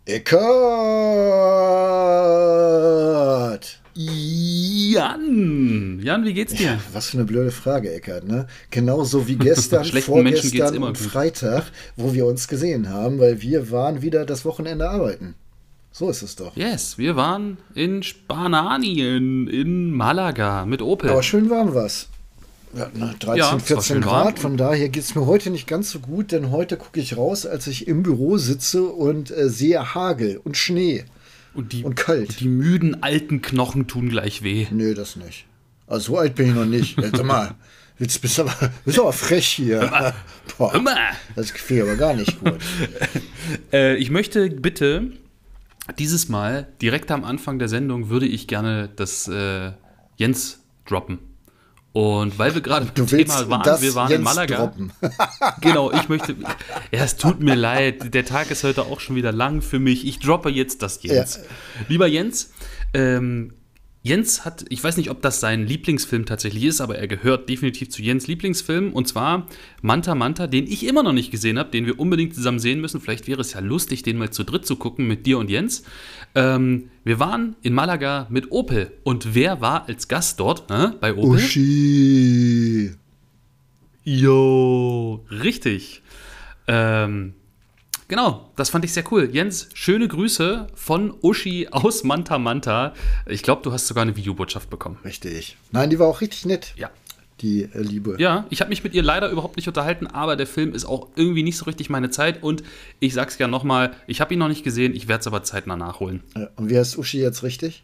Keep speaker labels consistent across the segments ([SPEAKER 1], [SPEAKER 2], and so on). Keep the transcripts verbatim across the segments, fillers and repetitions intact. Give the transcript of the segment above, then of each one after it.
[SPEAKER 1] Eckart!
[SPEAKER 2] Jan! Jan, wie geht's dir?
[SPEAKER 1] Ja, was für eine blöde Frage, Eckart, ne? Genauso wie gestern, vorgestern und Freitag, wo wir uns gesehen haben, weil wir waren wieder das Wochenende arbeiten. So ist es doch.
[SPEAKER 2] Yes, wir waren in Spanien, in Malaga mit Opel.
[SPEAKER 1] Aber schön warm war's. Wir hatten dreizehn,
[SPEAKER 2] Ja,
[SPEAKER 1] vierzehn Grad, von daher geht es mir heute nicht ganz so gut, denn heute gucke ich raus, als ich im Büro sitze und äh, sehe Hagel und Schnee
[SPEAKER 2] und, die,
[SPEAKER 1] und kalt.
[SPEAKER 2] Und die müden alten Knochen tun gleich weh.
[SPEAKER 1] Nö, das nicht. Also so alt bin ich noch nicht. Sag mal, jetzt bist du aber, bist aber frech hier.
[SPEAKER 2] Hör mal.
[SPEAKER 1] Boah,
[SPEAKER 2] Hör mal.
[SPEAKER 1] das gefiel aber gar nicht gut.
[SPEAKER 2] äh, ich möchte bitte, dieses Mal, direkt am Anfang der Sendung, würde ich gerne das äh, Jens droppen. Und weil wir gerade beim Thema waren, wir waren Jens in Malaga. Genau, ich möchte. Ja, es tut mir leid. Der Tag ist heute auch schon wieder lang für mich. Ich droppe jetzt das Jens. Ja. Lieber Jens, ähm, Jens hat, ich weiß nicht, ob das sein Lieblingsfilm tatsächlich ist, aber er gehört definitiv zu Jens' Lieblingsfilm. Und zwar Manta Manta, den ich immer noch nicht gesehen habe, den wir unbedingt zusammen sehen müssen. Vielleicht wäre es ja lustig, den mal zu dritt zu gucken mit dir und Jens. Ähm, wir waren in Malaga mit Opel. Und wer war als Gast dort äh, bei Opel?
[SPEAKER 1] Uschi.
[SPEAKER 2] Jo, richtig. Ähm, genau, das fand ich sehr cool. Jens, schöne Grüße von Uschi aus Manta Manta. Ich glaube, du hast sogar eine Videobotschaft bekommen.
[SPEAKER 1] Richtig. Nein, die war auch richtig nett.
[SPEAKER 2] Ja.
[SPEAKER 1] Die äh, Liebe.
[SPEAKER 2] Ja, ich habe mich mit ihr leider überhaupt nicht unterhalten, aber der Film ist auch irgendwie nicht so richtig meine Zeit und ich sag's ja nochmal, ich habe ihn noch nicht gesehen, ich werde es aber zeitnah nachholen.
[SPEAKER 1] Ja, und wie heißt Uschi jetzt richtig?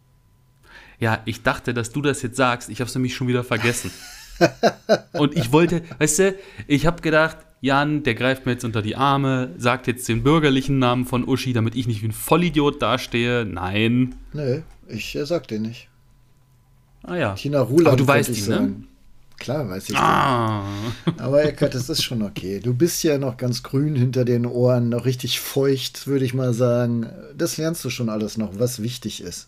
[SPEAKER 2] Ja, ich dachte, dass du das jetzt sagst, ich habe es nämlich schon wieder vergessen. Und ich wollte, weißt du, ich habe gedacht, Jan, der greift mir jetzt unter die Arme, sagt jetzt den bürgerlichen Namen von Uschi, damit ich nicht wie ein Vollidiot dastehe. Nein.
[SPEAKER 1] Nee, ich äh, sag den nicht.
[SPEAKER 2] Ah ja.
[SPEAKER 1] Tina Ruland.
[SPEAKER 2] Aber du weißt ihn, ne?
[SPEAKER 1] Klar weiß ich
[SPEAKER 2] ah.
[SPEAKER 1] das. Aber Eckart, das ist schon okay. Du bist ja noch ganz grün hinter den Ohren, noch richtig feucht, würde ich mal sagen. Das lernst du schon alles noch, was wichtig ist.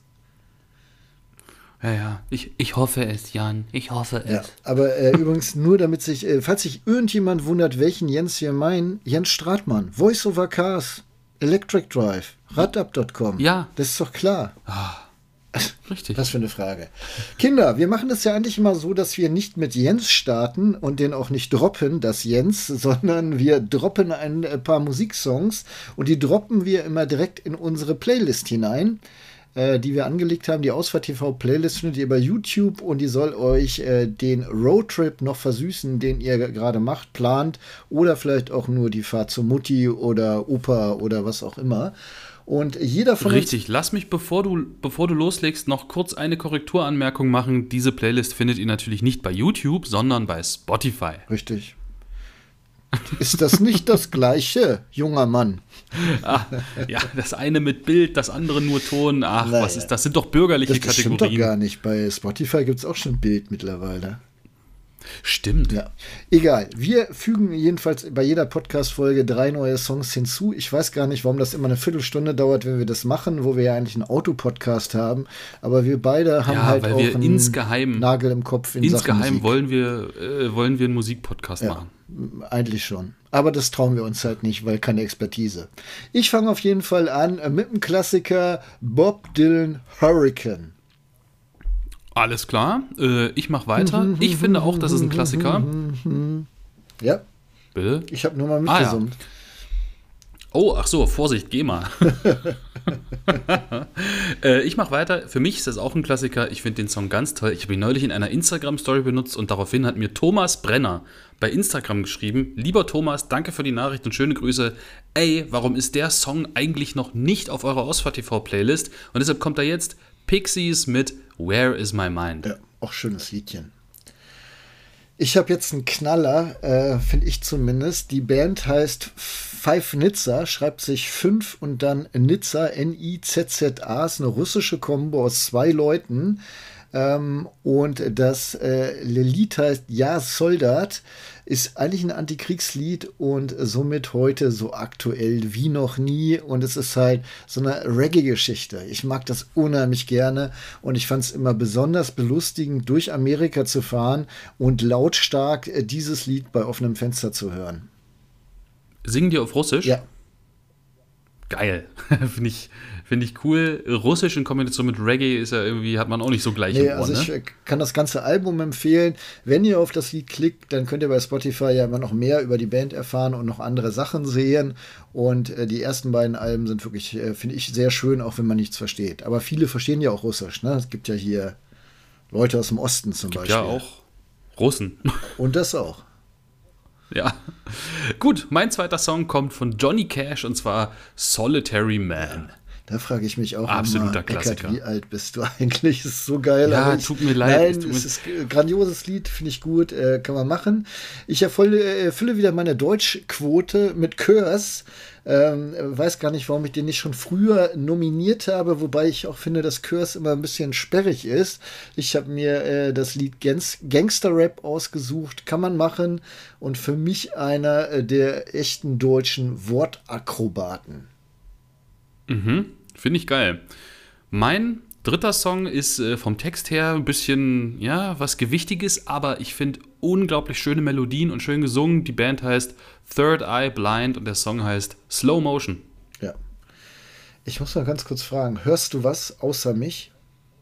[SPEAKER 2] Ja, ja, ich, ich hoffe es, Jan, ich hoffe es.
[SPEAKER 1] Ja, aber äh, übrigens nur damit sich, äh, falls sich irgendjemand wundert, welchen Jens wir meinen, Jens Stratmann, Voice over Cars, Electric Drive, Radup Punkt com.
[SPEAKER 2] Ja.
[SPEAKER 1] Das ist doch klar.
[SPEAKER 2] Ah. Richtig.
[SPEAKER 1] Was für eine Frage. Kinder, wir machen das ja eigentlich immer so, dass wir nicht mit Jens starten und den auch nicht droppen, das Jens, sondern wir droppen ein paar Musiksongs und die droppen wir immer direkt in unsere Playlist hinein, äh, die wir angelegt haben. Die Ausfahrt T V Playlist findet ihr bei YouTube und die soll euch äh, den Roadtrip noch versüßen, den ihr gerade macht, plant oder vielleicht auch nur die Fahrt zur Mutti oder Opa oder was auch immer. Und jeder von
[SPEAKER 2] Richtig, uns lass mich, bevor du, bevor du loslegst, noch kurz eine Korrekturanmerkung machen. Diese Playlist findet ihr natürlich nicht bei YouTube, sondern bei Spotify.
[SPEAKER 1] Richtig. Ist das nicht das Gleiche, junger Mann?
[SPEAKER 2] Ah, ja, das eine mit Bild, das andere nur Ton. Ach, naja. Was ist das? Sind doch bürgerliche
[SPEAKER 1] das, das
[SPEAKER 2] Kategorien.
[SPEAKER 1] Das stimmt doch gar nicht. Bei Spotify gibt es auch schon Bild mittlerweile.
[SPEAKER 2] Stimmt.
[SPEAKER 1] Ja. Egal. Wir fügen jedenfalls bei jeder Podcast-Folge drei neue Songs hinzu. Ich weiß gar nicht, warum das immer eine Viertelstunde dauert, wenn wir das machen, wo wir ja eigentlich einen Autopodcast haben. Aber wir beide haben
[SPEAKER 2] ja,
[SPEAKER 1] halt
[SPEAKER 2] weil
[SPEAKER 1] auch
[SPEAKER 2] wir
[SPEAKER 1] einen
[SPEAKER 2] insgeheim,
[SPEAKER 1] Nagel im Kopf in
[SPEAKER 2] insgeheim
[SPEAKER 1] Sachen Musik.
[SPEAKER 2] wollen wir, äh, wollen wir einen Musikpodcast
[SPEAKER 1] ja, machen. Eigentlich schon. Aber das trauen wir uns halt nicht, weil keine Expertise. Ich fange auf jeden Fall an mit dem Klassiker Bob Dylan Hurricane.
[SPEAKER 2] Alles klar, äh, ich mache weiter. Ich finde auch, das ist ein Klassiker.
[SPEAKER 1] Ja.
[SPEAKER 2] Bitte?
[SPEAKER 1] Ich habe nur mal mitgesummt.
[SPEAKER 2] Ah, ja. Oh, ach so, Vorsicht, geh mal. äh, ich mache weiter. Für mich ist das auch ein Klassiker. Ich finde den Song ganz toll. Ich habe ihn neulich in einer Instagram-Story benutzt und daraufhin hat mir Thomas Brenner bei Instagram geschrieben: Lieber Thomas, danke für die Nachricht und schöne Grüße. Ey, warum ist der Song eigentlich noch nicht auf eurer Ausfahrt-T V-Playlist? Und deshalb kommt er jetzt. Pixies mit Where is my mind?
[SPEAKER 1] Ja, auch schönes Liedchen. Ich habe jetzt einen Knaller, äh, finde ich zumindest. Die Band heißt Five Nizza, schreibt sich fünf und dann Nizza, N I Z Z A, ist eine russische Kombo aus zwei Leuten. Ähm, und das äh, Lied heißt Ja Soldat, ist eigentlich ein Antikriegslied und somit heute so aktuell wie noch nie. Und es ist halt so eine Reggae-Geschichte. Ich mag das unheimlich gerne und ich fand es immer besonders belustigend, durch Amerika zu fahren und lautstark äh, dieses Lied bei offenem Fenster zu hören.
[SPEAKER 2] Singen die auf Russisch?
[SPEAKER 1] Ja.
[SPEAKER 2] geil. Finde ich, find ich cool. Russisch in Kombination mit Reggae ist ja irgendwie, hat man auch nicht so gleich
[SPEAKER 1] nee,
[SPEAKER 2] im Ohr,
[SPEAKER 1] also ich
[SPEAKER 2] ne?
[SPEAKER 1] kann das ganze Album empfehlen. Wenn ihr auf das Lied klickt, dann könnt ihr bei Spotify ja immer noch mehr über die Band erfahren und noch andere Sachen sehen. Und äh, die ersten beiden Alben sind wirklich, äh, finde ich, sehr schön, auch wenn man nichts versteht. Aber viele verstehen ja auch Russisch, ne? Es gibt ja hier Leute aus dem Osten zum
[SPEAKER 2] Gibt
[SPEAKER 1] Beispiel.
[SPEAKER 2] ja auch Russen.
[SPEAKER 1] Und das auch.
[SPEAKER 2] Ja. Gut, mein zweiter Song kommt von Johnny Cash und zwar Solitary Man.
[SPEAKER 1] Da frage ich mich auch
[SPEAKER 2] Absoluter
[SPEAKER 1] immer,
[SPEAKER 2] Klassiker.
[SPEAKER 1] Eckart, wie alt bist du eigentlich? Das ist so geil.
[SPEAKER 2] Ja,
[SPEAKER 1] aber ich,
[SPEAKER 2] tut mir leid.
[SPEAKER 1] Nein,
[SPEAKER 2] Es tut
[SPEAKER 1] es
[SPEAKER 2] mir-
[SPEAKER 1] ist ein grandioses Lied, finde ich gut, äh, kann man machen. Ich erfülle, erfülle wieder meine Deutschquote mit Curse. Ähm, weiß gar nicht, warum ich den nicht schon früher nominiert habe, wobei ich auch finde, dass Curse immer ein bisschen sperrig ist. Ich habe mir äh, das Lied Gangs Gangster-Rap ausgesucht, kann man machen. Und für mich einer äh, der echten deutschen Wortakrobaten.
[SPEAKER 2] Mhm, finde ich geil. Mein dritter Song ist äh, vom Text her ein bisschen, ja, was Gewichtiges, aber ich finde unglaublich schöne Melodien und schön gesungen. Die Band heißt Third Eye Blind und der Song heißt Slow Motion.
[SPEAKER 1] Ja. Ich muss mal ganz kurz fragen, hörst du was außer mich?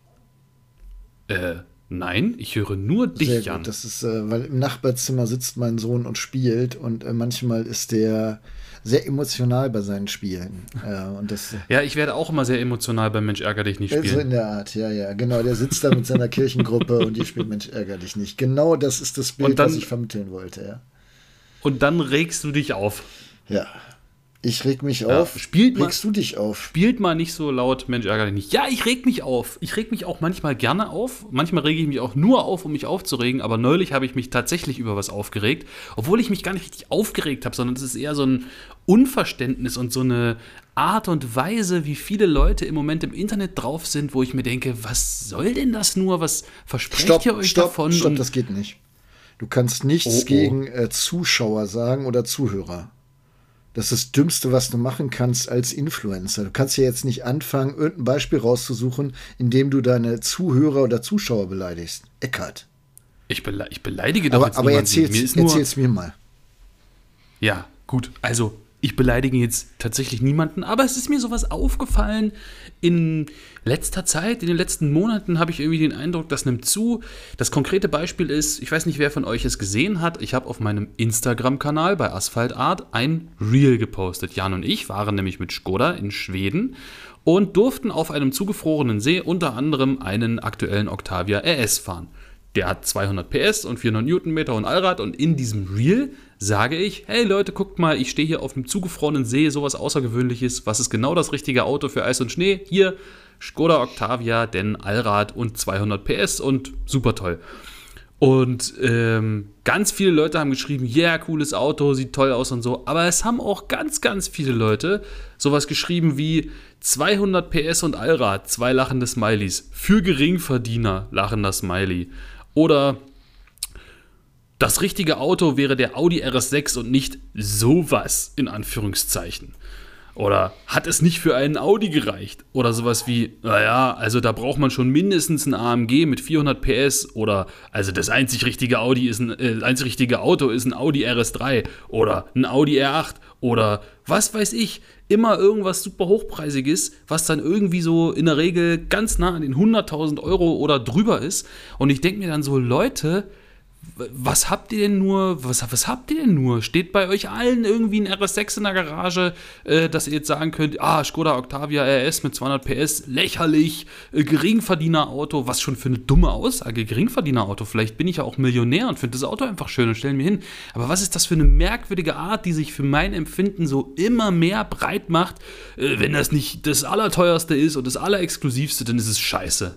[SPEAKER 2] Äh, nein, ich höre nur dich,
[SPEAKER 1] Sehr
[SPEAKER 2] Jan.
[SPEAKER 1] gut. Das ist, äh, weil im Nachbarzimmer sitzt mein Sohn und spielt und äh, manchmal ist der sehr emotional bei seinen Spielen. Äh, und das
[SPEAKER 2] Ja, ich werde auch immer sehr emotional beim Mensch ärger dich nicht
[SPEAKER 1] äh, so
[SPEAKER 2] spielen.
[SPEAKER 1] in der Art, ja, ja, genau. Der sitzt da mit seiner Kirchengruppe und ihr spielt Mensch ärger dich nicht. Genau das ist das Bild,
[SPEAKER 2] Und dann-
[SPEAKER 1] was ich vermitteln wollte, ja.
[SPEAKER 2] Und dann regst du dich auf.
[SPEAKER 1] Ja. Ich reg mich
[SPEAKER 2] Ja,
[SPEAKER 1] auf.
[SPEAKER 2] spielt mal-
[SPEAKER 1] Regst du dich auf?
[SPEAKER 2] Spielt mal nicht so laut, Mensch, ärgere dich nicht. Ja, ich reg mich auf. Ich reg mich auch manchmal gerne auf. Manchmal rege ich mich auch nur auf, um mich aufzuregen. Aber neulich habe ich mich tatsächlich über was aufgeregt. Obwohl ich mich gar nicht richtig aufgeregt habe, sondern es ist eher so ein Unverständnis und so eine Art und Weise, wie viele Leute im Moment im Internet drauf sind, wo ich mir denke, was soll denn das nur? Was versprecht
[SPEAKER 1] Stopp,
[SPEAKER 2] ihr euch
[SPEAKER 1] stopp,
[SPEAKER 2] davon?
[SPEAKER 1] stopp,
[SPEAKER 2] Und-
[SPEAKER 1] das geht nicht. Du kannst nichts
[SPEAKER 2] Oh, oh.
[SPEAKER 1] gegen äh, Zuschauer sagen oder Zuhörer. Das ist das Dümmste, was du machen kannst als Influencer. Du kannst ja jetzt nicht anfangen, irgendein Beispiel rauszusuchen, in dem du deine Zuhörer oder Zuschauer beleidigst. Eckart.
[SPEAKER 2] ich, bele ich beleidige doch
[SPEAKER 1] Aber,
[SPEAKER 2] jetzt
[SPEAKER 1] aber
[SPEAKER 2] niemanden.
[SPEAKER 1] erzähl's,
[SPEAKER 2] Mir ist nur-
[SPEAKER 1] erzähl's mir mal.
[SPEAKER 2] Ja, gut. Also, ich beleidige jetzt tatsächlich niemanden, aber es ist mir sowas aufgefallen in letzter Zeit, in den letzten Monaten habe ich irgendwie den Eindruck, das nimmt zu. Das konkrete Beispiel ist, ich weiß nicht, wer von euch es gesehen hat, ich habe auf meinem Instagram-Kanal bei Asphalt Art ein Reel gepostet. Jan und ich waren nämlich mit Skoda in Schweden und durften auf einem zugefrorenen See unter anderem einen aktuellen Octavia R S fahren. Der hat zweihundert P S und vierhundert Newtonmeter und Allrad und in diesem Reel sage ich, hey Leute, guckt mal, ich stehe hier auf einem zugefrorenen See, sowas Außergewöhnliches, was ist genau das richtige Auto für Eis und Schnee? Hier, Skoda Octavia, denn Allrad und zweihundert P S und super toll. Und ähm, ganz viele Leute haben geschrieben, ja, yeah, cooles Auto, sieht toll aus und so. Aber es haben auch ganz, ganz viele Leute sowas geschrieben wie zweihundert P S und Allrad, zwei lachende Smileys. Für Geringverdiener, lachender Smiley. Oder das richtige Auto wäre der Audi R S sechs und nicht sowas, in Anführungszeichen. Oder hat es nicht für einen Audi gereicht? Oder sowas wie, naja, also da braucht man schon mindestens ein A M G mit vierhundert P S. Oder, also das einzig richtige Audi ist ein, äh, einzig richtige Auto ist ein Audi R S drei. Oder ein Audi R acht. Oder was weiß ich. Immer irgendwas super Hochpreisiges, was dann irgendwie so in der Regel ganz nah an den hunderttausend Euro oder drüber ist. Und ich denke mir dann so, Leute, was habt ihr denn nur, was, was habt ihr denn nur? Steht bei euch allen irgendwie ein R S sechs in der Garage, äh, dass ihr jetzt sagen könnt, ah, Skoda Octavia R S mit zweihundert P S, lächerlich, äh, Geringverdienerauto, was schon für eine dumme Aussage, Geringverdienerauto, vielleicht bin ich ja auch Millionär und finde das Auto einfach schön und stelle mir hin, aber was ist das für eine merkwürdige Art, die sich für mein Empfinden so immer mehr breit macht, äh, wenn das nicht das Allerteuerste ist und das Allerexklusivste, dann ist es scheiße.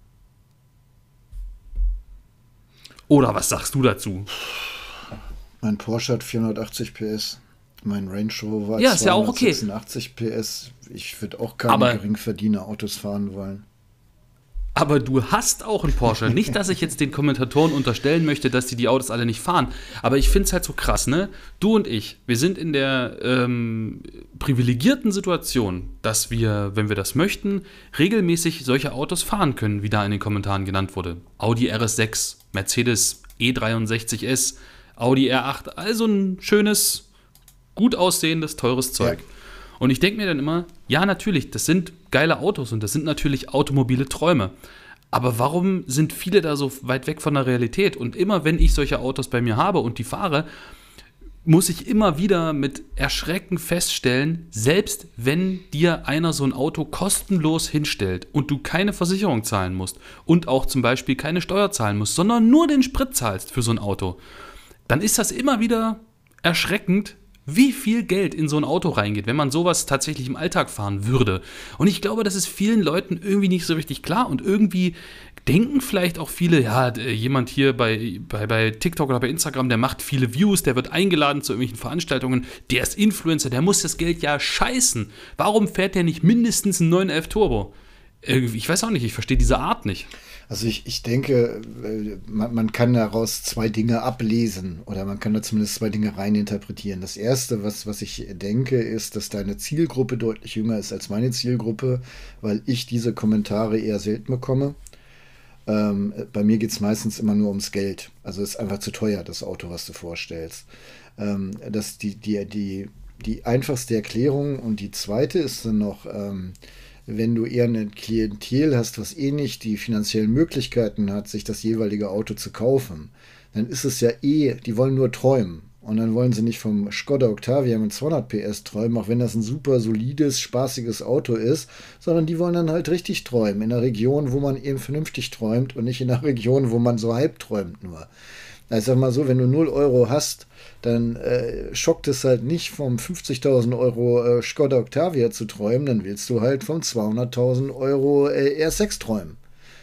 [SPEAKER 2] Oder was sagst du dazu?
[SPEAKER 1] Mein Porsche hat vierhundertachtzig P S. Mein Range Rover
[SPEAKER 2] Ja, ist ja auch okay.
[SPEAKER 1] zweihundertsechsundachtzig P S. Ich würde auch keine
[SPEAKER 2] Aber-
[SPEAKER 1] Geringverdiener-Autos fahren wollen.
[SPEAKER 2] Aber du hast auch einen Porsche. Nicht, dass ich jetzt den Kommentatoren unterstellen möchte, dass die die Autos alle nicht fahren. Aber ich finde es halt so krass, ne? Du und ich, wir sind in der ähm, privilegierten Situation, dass wir, wenn wir das möchten, regelmäßig solche Autos fahren können, wie da in den Kommentaren genannt wurde. Audi R S sechs, Mercedes E dreiundsechzig S, Audi R acht. Also ein schönes, gut aussehendes, teures Zeug.
[SPEAKER 1] Ja.
[SPEAKER 2] Und ich denke mir dann immer, ja, natürlich, das sind geile Autos und das sind natürlich automobile Träume. Aber warum sind viele da so weit weg von der Realität? Und immer, wenn ich solche Autos bei mir habe und die fahre, muss ich immer wieder mit Erschrecken feststellen, selbst wenn dir einer so ein Auto kostenlos hinstellt und du keine Versicherung zahlen musst und auch zum Beispiel keine Steuer zahlen musst, sondern nur den Sprit zahlst für so ein Auto, dann ist das immer wieder erschreckend, wie viel Geld in so ein Auto reingeht, wenn man sowas tatsächlich im Alltag fahren würde. Und ich glaube, das ist vielen Leuten irgendwie nicht so richtig klar und irgendwie denken vielleicht auch viele, ja, jemand hier bei, bei, bei TikTok oder bei Instagram, der macht viele Views, der wird eingeladen zu irgendwelchen Veranstaltungen, der ist Influencer, der muss das Geld ja scheißen. Warum fährt der nicht mindestens einen neun elf Turbo? Ich weiß auch nicht, ich verstehe diese Art nicht.
[SPEAKER 1] Also ich, ich denke, man, man kann daraus zwei Dinge ablesen oder man kann da zumindest zwei Dinge reininterpretieren. Das Erste, was, was ich denke, ist, dass deine Zielgruppe deutlich jünger ist als meine Zielgruppe, weil ich diese Kommentare eher selten bekomme. Ähm, bei mir geht es meistens immer nur ums Geld. Also es ist einfach zu teuer, das Auto, was du vorstellst. Ähm, das die, die, die, die einfachste Erklärung. Und die zweite ist dann noch, ähm, wenn du eher ein Klientel hast, was eh nicht die finanziellen Möglichkeiten hat, sich das jeweilige Auto zu kaufen, dann ist es ja eh, die wollen nur träumen. Und dann wollen sie nicht vom Skoda Octavia mit zweihundert P S träumen, auch wenn das ein super solides, spaßiges Auto ist, sondern die wollen dann halt richtig träumen. In einer Region, wo man eben vernünftig träumt und nicht in einer Region, wo man so halb träumt nur. Ich sag mal so, wenn du null Euro hast, dann äh, schockt es halt nicht vom fünfzigtausend Euro äh, Skoda Octavia zu träumen, dann willst du halt vom zweihunderttausend Euro äh, R sechs träumen.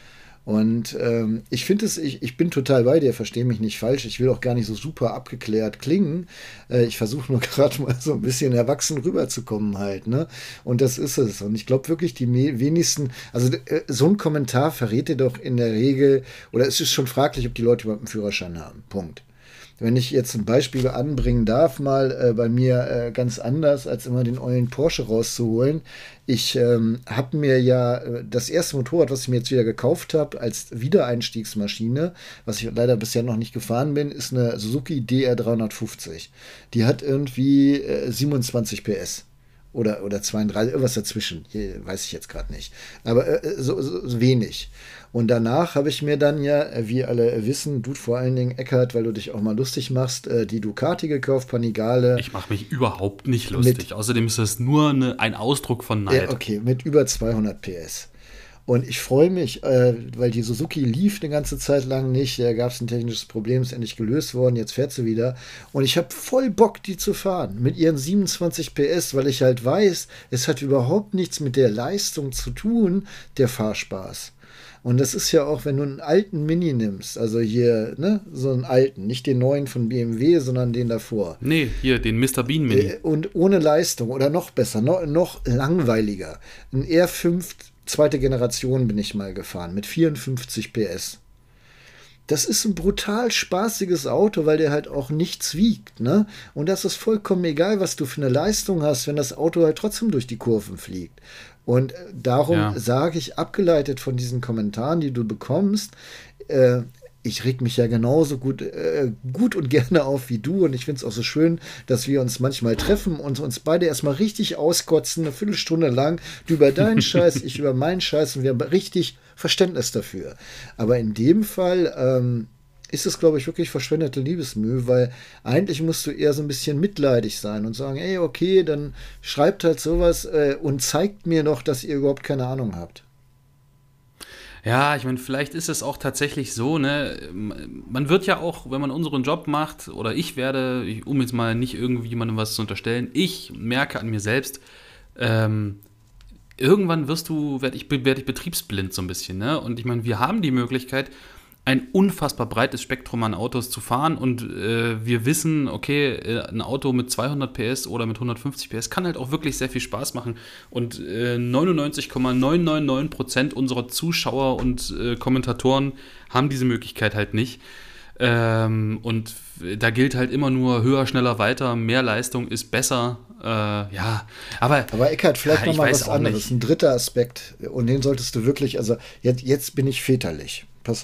[SPEAKER 1] Und ähm, ich finde es, ich, ich bin total bei dir, verstehe mich nicht falsch, ich will auch gar nicht so super abgeklärt klingen, äh, ich versuche nur gerade mal so ein bisschen erwachsen rüberzukommen halt, ne? Und das ist es. Und ich glaube wirklich, die wenigsten, also äh, so ein Kommentar verrät dir doch in der Regel, oder es ist schon fraglich, ob die Leute überhaupt einen Führerschein haben. Punkt. Wenn ich jetzt ein Beispiel anbringen darf, mal äh, bei mir äh, ganz anders, als immer den ollen Porsche rauszuholen. Ich ähm, habe mir ja äh, das erste Motorrad, was ich mir jetzt wieder gekauft habe, als Wiedereinstiegsmaschine, was ich leider bisher noch nicht gefahren bin, ist eine Suzuki D R dreihundertfünfzig. Die hat irgendwie äh, siebenundzwanzig P S. Oder, oder zweiunddreißig, irgendwas dazwischen. Hier, weiß ich jetzt gerade nicht. Aber äh, so, so, so wenig. Und danach habe ich mir dann ja, wie alle wissen, du vor allen Dingen, Eckhardt, weil du dich auch mal lustig machst, äh, die Ducati gekauft, Panigale.
[SPEAKER 2] Ich mache mich überhaupt nicht lustig. Mit, Außerdem ist das nur eine, ein Ausdruck von Neid.
[SPEAKER 1] Ja, okay, mit über zweihundert P S. Und ich freue mich, äh, weil die Suzuki lief eine ganze Zeit lang nicht. Da gab es ein technisches Problem, ist endlich gelöst worden. Jetzt fährt sie wieder. Und ich habe voll Bock, die zu fahren. Mit ihren siebenundzwanzig P S, weil ich halt weiß, es hat überhaupt nichts mit der Leistung zu tun, der Fahrspaß. Und das ist ja auch, wenn du einen alten Mini nimmst, also hier, ne, so einen alten, nicht den neuen von B M W, sondern den davor.
[SPEAKER 2] Nee, hier, den Mister Bean Mini.
[SPEAKER 1] Und ohne Leistung oder noch besser, noch, noch langweiliger. Ein R fünf zweite Generation bin ich mal gefahren, mit vierundfünfzig P S. Das ist ein brutal spaßiges Auto, weil der halt auch nichts wiegt, ne? Und das ist vollkommen egal, was du für eine Leistung hast, wenn das Auto halt trotzdem durch die Kurven fliegt. Und darum ja. sage ich, abgeleitet von diesen Kommentaren, die du bekommst, äh, ich reg mich ja genauso gut, äh, gut und gerne auf wie du. Und ich finde es auch so schön, dass wir uns manchmal treffen und uns beide erstmal richtig auskotzen, eine Viertelstunde lang, du über deinen Scheiß, ich über meinen Scheiß, und wir haben richtig Verständnis dafür. Aber in dem Fall ähm, ist es, glaube ich, wirklich verschwendete Liebesmühe, weil eigentlich musst du eher so ein bisschen mitleidig sein und sagen, ey, okay, dann schreibt halt sowas äh, und zeigt mir noch, dass ihr überhaupt keine Ahnung habt.
[SPEAKER 2] Ja, ich meine, vielleicht ist es auch tatsächlich so, ne, man wird ja auch, wenn man unseren Job macht, oder ich werde, um jetzt mal nicht irgendwie jemandem was zu unterstellen, ich merke an mir selbst, ähm, irgendwann wirst du, werde ich, werd ich betriebsblind so ein bisschen, ne, und ich meine, wir haben die Möglichkeit, ein unfassbar breites Spektrum an Autos zu fahren und äh, wir wissen, okay, ein Auto mit zweihundert P S oder mit hundertfünfzig P S kann halt auch wirklich sehr viel Spaß machen und äh, neunundneunzig Komma neunhundertneunundneunzig Prozent unserer Zuschauer und äh, Kommentatoren haben diese Möglichkeit halt nicht. Ähm, und da gilt halt immer nur höher, schneller, weiter, mehr Leistung ist besser. Äh, ja, aber
[SPEAKER 1] Aber Eckhardt, vielleicht
[SPEAKER 2] ja,
[SPEAKER 1] nochmal was anderes, nicht. Ein dritter Aspekt, und den solltest du wirklich, also jetzt, jetzt bin ich väterlich, pass auf.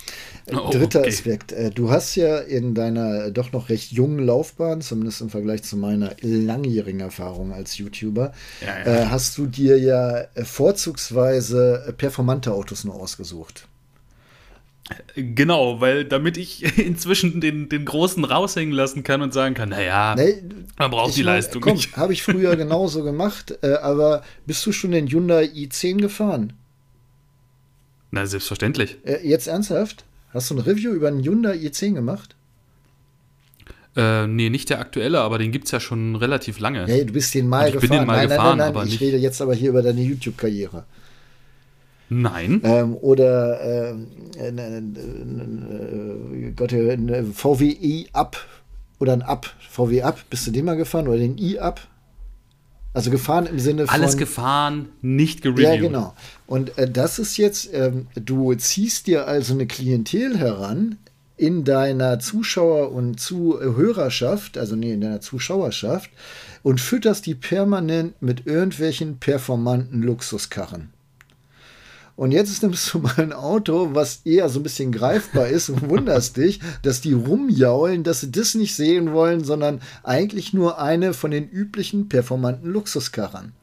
[SPEAKER 2] Oh,
[SPEAKER 1] Dritter
[SPEAKER 2] okay.
[SPEAKER 1] Aspekt. Äh, Du hast ja in deiner doch noch recht jungen Laufbahn, zumindest im Vergleich zu meiner langjährigen Erfahrung als YouTuber,
[SPEAKER 2] Ja,
[SPEAKER 1] äh,
[SPEAKER 2] ja.
[SPEAKER 1] hast du dir ja äh, vorzugsweise äh, performante Autos nur ausgesucht.
[SPEAKER 2] Genau, weil damit ich inzwischen den, den Großen raushängen lassen kann und sagen kann, naja,
[SPEAKER 1] Nee,
[SPEAKER 2] man braucht die
[SPEAKER 1] ich meine,
[SPEAKER 2] Leistung
[SPEAKER 1] komm,
[SPEAKER 2] nicht.
[SPEAKER 1] habe ich früher genauso gemacht, äh, aber bist du schon den Hyundai i zehn gefahren?
[SPEAKER 2] Na, selbstverständlich.
[SPEAKER 1] Äh, jetzt ernsthaft? Hast du ein Review über einen Hyundai i zehn gemacht?
[SPEAKER 2] Äh, nee, nicht der aktuelle, aber den gibt es ja schon relativ lange.
[SPEAKER 1] Ja, du bist den
[SPEAKER 2] Und
[SPEAKER 1] mal
[SPEAKER 2] ich bin
[SPEAKER 1] gefahren.
[SPEAKER 2] den mal
[SPEAKER 1] nein,
[SPEAKER 2] gefahren,
[SPEAKER 1] nein, nein,
[SPEAKER 2] aber
[SPEAKER 1] nein, ich
[SPEAKER 2] nicht.
[SPEAKER 1] rede jetzt aber hier über deine YouTube-Karriere.
[SPEAKER 2] Nein.
[SPEAKER 1] Ähm, oder ähm, äh, äh, äh, Gott, äh, äh, V W i-Up oder ein Up. V W Up, bist du den mal gefahren? Oder den i-Up? Also gefahren im Sinne von.
[SPEAKER 2] Alles gefahren, nicht gereviewt.
[SPEAKER 1] Ja, genau. Und äh, das ist jetzt, ähm, du ziehst dir also eine Klientel heran in deiner Zuschauer- und Zuhörerschaft, also nee, in deiner Zuschauerschaft und fütterst die permanent mit irgendwelchen performanten Luxuskarren. Und jetzt nimmst du mal ein Auto, was eher so ein bisschen greifbar ist und wunderst dich, dass die rumjaulen, dass sie das nicht sehen wollen, sondern eigentlich nur eine von den üblichen performanten Luxuskarren.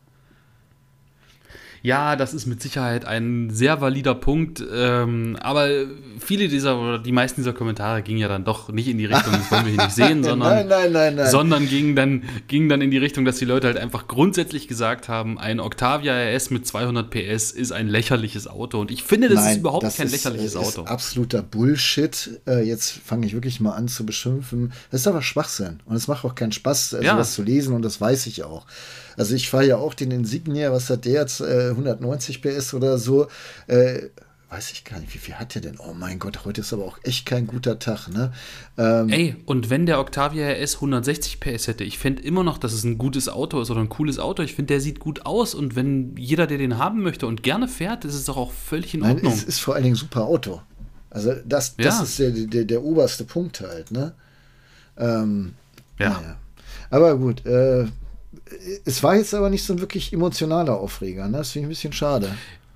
[SPEAKER 2] Ja, das ist mit Sicherheit ein sehr valider Punkt, ähm, aber viele dieser oder die meisten dieser Kommentare gingen ja dann doch nicht in die Richtung, das wollen wir hier nicht sehen, sondern,
[SPEAKER 1] nein, nein, nein, nein.
[SPEAKER 2] sondern gingen, dann, gingen dann in die Richtung, dass die Leute halt einfach grundsätzlich gesagt haben, ein Octavia R S mit zweihundert P S ist ein lächerliches Auto und ich finde, das
[SPEAKER 1] Nein,
[SPEAKER 2] ist überhaupt
[SPEAKER 1] das
[SPEAKER 2] kein
[SPEAKER 1] ist,
[SPEAKER 2] lächerliches
[SPEAKER 1] äh,
[SPEAKER 2] Auto.
[SPEAKER 1] Ist absoluter Bullshit. Äh, jetzt fange ich wirklich mal an zu beschimpfen. Das ist aber Schwachsinn. Und es macht auch keinen Spaß, äh,
[SPEAKER 2] Ja.
[SPEAKER 1] sowas zu lesen und das weiß ich auch. Also ich fahre ja auch den Insignia, was hat der jetzt? Äh, hundertneunzig P S oder so. Äh, weiß ich gar nicht, wie viel hat der denn? Oh mein Gott, heute ist aber auch echt kein guter Tag, ne? Ähm,
[SPEAKER 2] Ey, und wenn der Octavia R S hundertsechzig P S hätte, ich fände immer noch, dass es ein gutes Auto ist oder ein cooles Auto. Ich finde, der sieht gut aus und wenn jeder, der den haben möchte und gerne fährt, ist es doch auch völlig in
[SPEAKER 1] Nein,
[SPEAKER 2] Ordnung.
[SPEAKER 1] es ist vor allen Dingen ein super Auto. Also das, das
[SPEAKER 2] Ja.
[SPEAKER 1] ist der, der, der oberste Punkt halt, ne? Ähm,
[SPEAKER 2] Ja.
[SPEAKER 1] naja. Aber gut, äh, es war jetzt aber nicht so ein wirklich emotionaler Aufreger, ne? Das finde ich ein bisschen schade.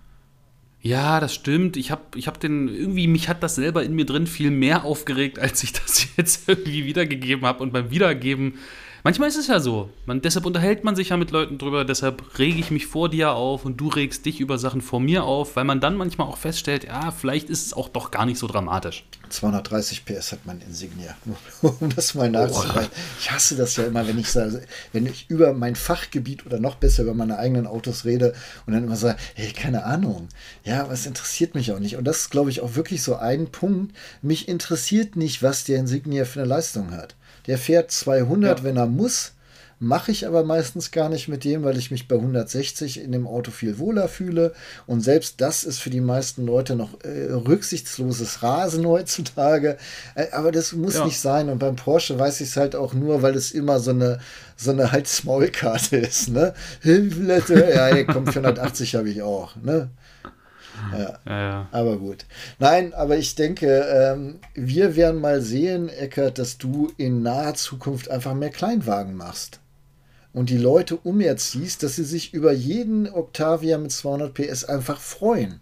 [SPEAKER 2] Ja, das stimmt. Ich habe ich hab den, irgendwie, mich hat das selber in mir drin viel mehr aufgeregt, als ich das jetzt irgendwie wiedergegeben habe. Und beim Wiedergeben, manchmal ist es ja so. Man, deshalb unterhält man sich ja mit Leuten drüber, deshalb rege ich mich vor dir auf und du regst dich über Sachen vor mir auf, weil man dann manchmal auch feststellt, ja, vielleicht ist es auch doch gar nicht so dramatisch.
[SPEAKER 1] zweihundertdreißig P S hat mein Insignia. Um das mal nachzureichen. Ich hasse das ja immer, wenn ich sage, wenn ich über mein Fachgebiet oder noch besser über meine eigenen Autos rede und dann immer sage, hey, keine Ahnung. Ja, was interessiert mich auch nicht. Und das ist, glaube ich, auch wirklich so ein Punkt. Mich interessiert nicht, was der Insignia für eine Leistung hat. Der fährt zweihundert,
[SPEAKER 2] Ja.
[SPEAKER 1] wenn er muss. Mache ich aber meistens gar nicht mit dem, weil ich mich bei hundertsechzig in dem Auto viel wohler fühle. Und selbst das ist für die meisten Leute noch äh, rücksichtsloses Rasen heutzutage. Äh, aber das muss
[SPEAKER 2] Ja.
[SPEAKER 1] nicht sein. Und beim Porsche weiß ich es halt auch nur, weil es immer so eine, so eine Halsmaulkarte ist. Ne? Ja, hey, komm, vierhundertachtzig habe ich auch. Ne? Ja.
[SPEAKER 2] Ja, ja.
[SPEAKER 1] Aber gut. Nein, aber ich denke, ähm, wir werden mal sehen, Eckert, dass du in naher Zukunft einfach mehr Kleinwagen machst. Und die Leute umerziehst, dass sie sich über jeden Octavia mit zweihundert P S einfach freuen.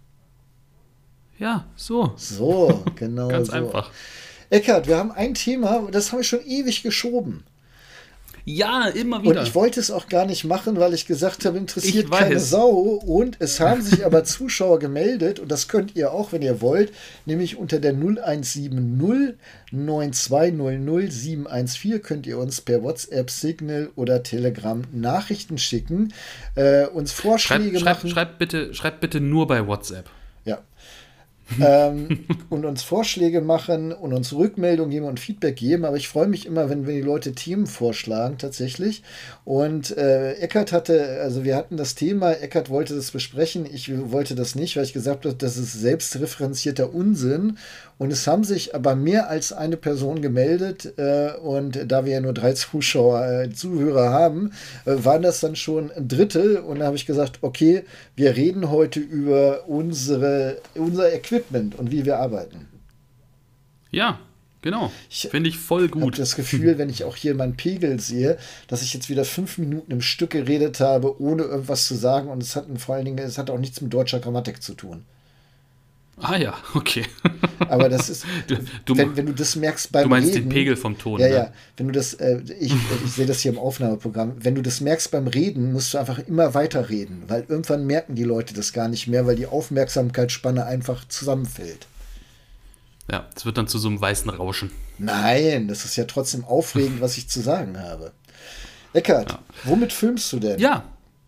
[SPEAKER 2] Ja, so.
[SPEAKER 1] So, genau
[SPEAKER 2] Ganz
[SPEAKER 1] so.
[SPEAKER 2] einfach.
[SPEAKER 1] Eckert, wir haben ein Thema, das haben wir schon ewig geschoben.
[SPEAKER 2] Ja, immer
[SPEAKER 1] Und
[SPEAKER 2] wieder.
[SPEAKER 1] ich wollte es auch gar nicht machen, weil ich gesagt habe, interessiert
[SPEAKER 2] Ich
[SPEAKER 1] keine
[SPEAKER 2] weiß.
[SPEAKER 1] Sau. Und es haben sich aber Zuschauer gemeldet, und das könnt ihr auch, wenn ihr wollt, nämlich unter der null eins sieben null neun zwei null null sieben eins vier könnt ihr uns per WhatsApp, Signal oder Telegram Nachrichten schicken, äh, uns Vorschläge
[SPEAKER 2] Schreibt schreib,
[SPEAKER 1] machen.
[SPEAKER 2] schreib bitte, schreib bitte nur bei WhatsApp.
[SPEAKER 1] Ja. ähm, und uns Vorschläge machen und uns Rückmeldungen geben und Feedback geben. Aber ich freue mich immer, wenn, wenn die Leute Themen vorschlagen, tatsächlich. Und äh, Eckert hatte, also wir hatten das Thema, Eckert wollte das besprechen, ich wollte das nicht, weil ich gesagt habe, das ist selbstreferenzierter Unsinn. Und es haben sich aber mehr als eine Person gemeldet. Äh, und da wir ja nur drei Zuschauer, äh, Zuhörer haben, äh, waren das dann schon ein Drittel. Und da habe ich gesagt, okay, wir reden heute über unsere, unser Equipment und wie wir arbeiten.
[SPEAKER 2] Ja, genau.
[SPEAKER 1] Ich
[SPEAKER 2] Finde ich voll
[SPEAKER 1] Ich habe
[SPEAKER 2] gut.
[SPEAKER 1] das Gefühl, wenn ich auch hier meinen Pegel sehe, dass ich jetzt wieder fünf Minuten im Stück geredet habe, ohne irgendwas zu sagen. Und es hat vor allen Dingen, es hat auch nichts mit deutscher Grammatik zu tun.
[SPEAKER 2] Ah ja, okay.
[SPEAKER 1] Aber das ist,
[SPEAKER 2] du, du,
[SPEAKER 1] wenn, wenn du das merkst beim Reden.
[SPEAKER 2] Du meinst
[SPEAKER 1] Reden,
[SPEAKER 2] den Pegel vom Ton.
[SPEAKER 1] Ja,
[SPEAKER 2] ne?
[SPEAKER 1] ja. Wenn du das, äh, ich, ich sehe das hier im Aufnahmeprogramm, wenn du das merkst beim Reden, musst du einfach immer weiter reden, weil irgendwann merken die Leute das gar nicht mehr, weil die Aufmerksamkeitsspanne einfach zusammenfällt.
[SPEAKER 2] Ja, es wird dann zu so einem weißen Rauschen.
[SPEAKER 1] Nein, das ist ja trotzdem aufregend, was ich zu sagen habe. Eckart, ja. Womit filmst du denn?
[SPEAKER 2] Ja,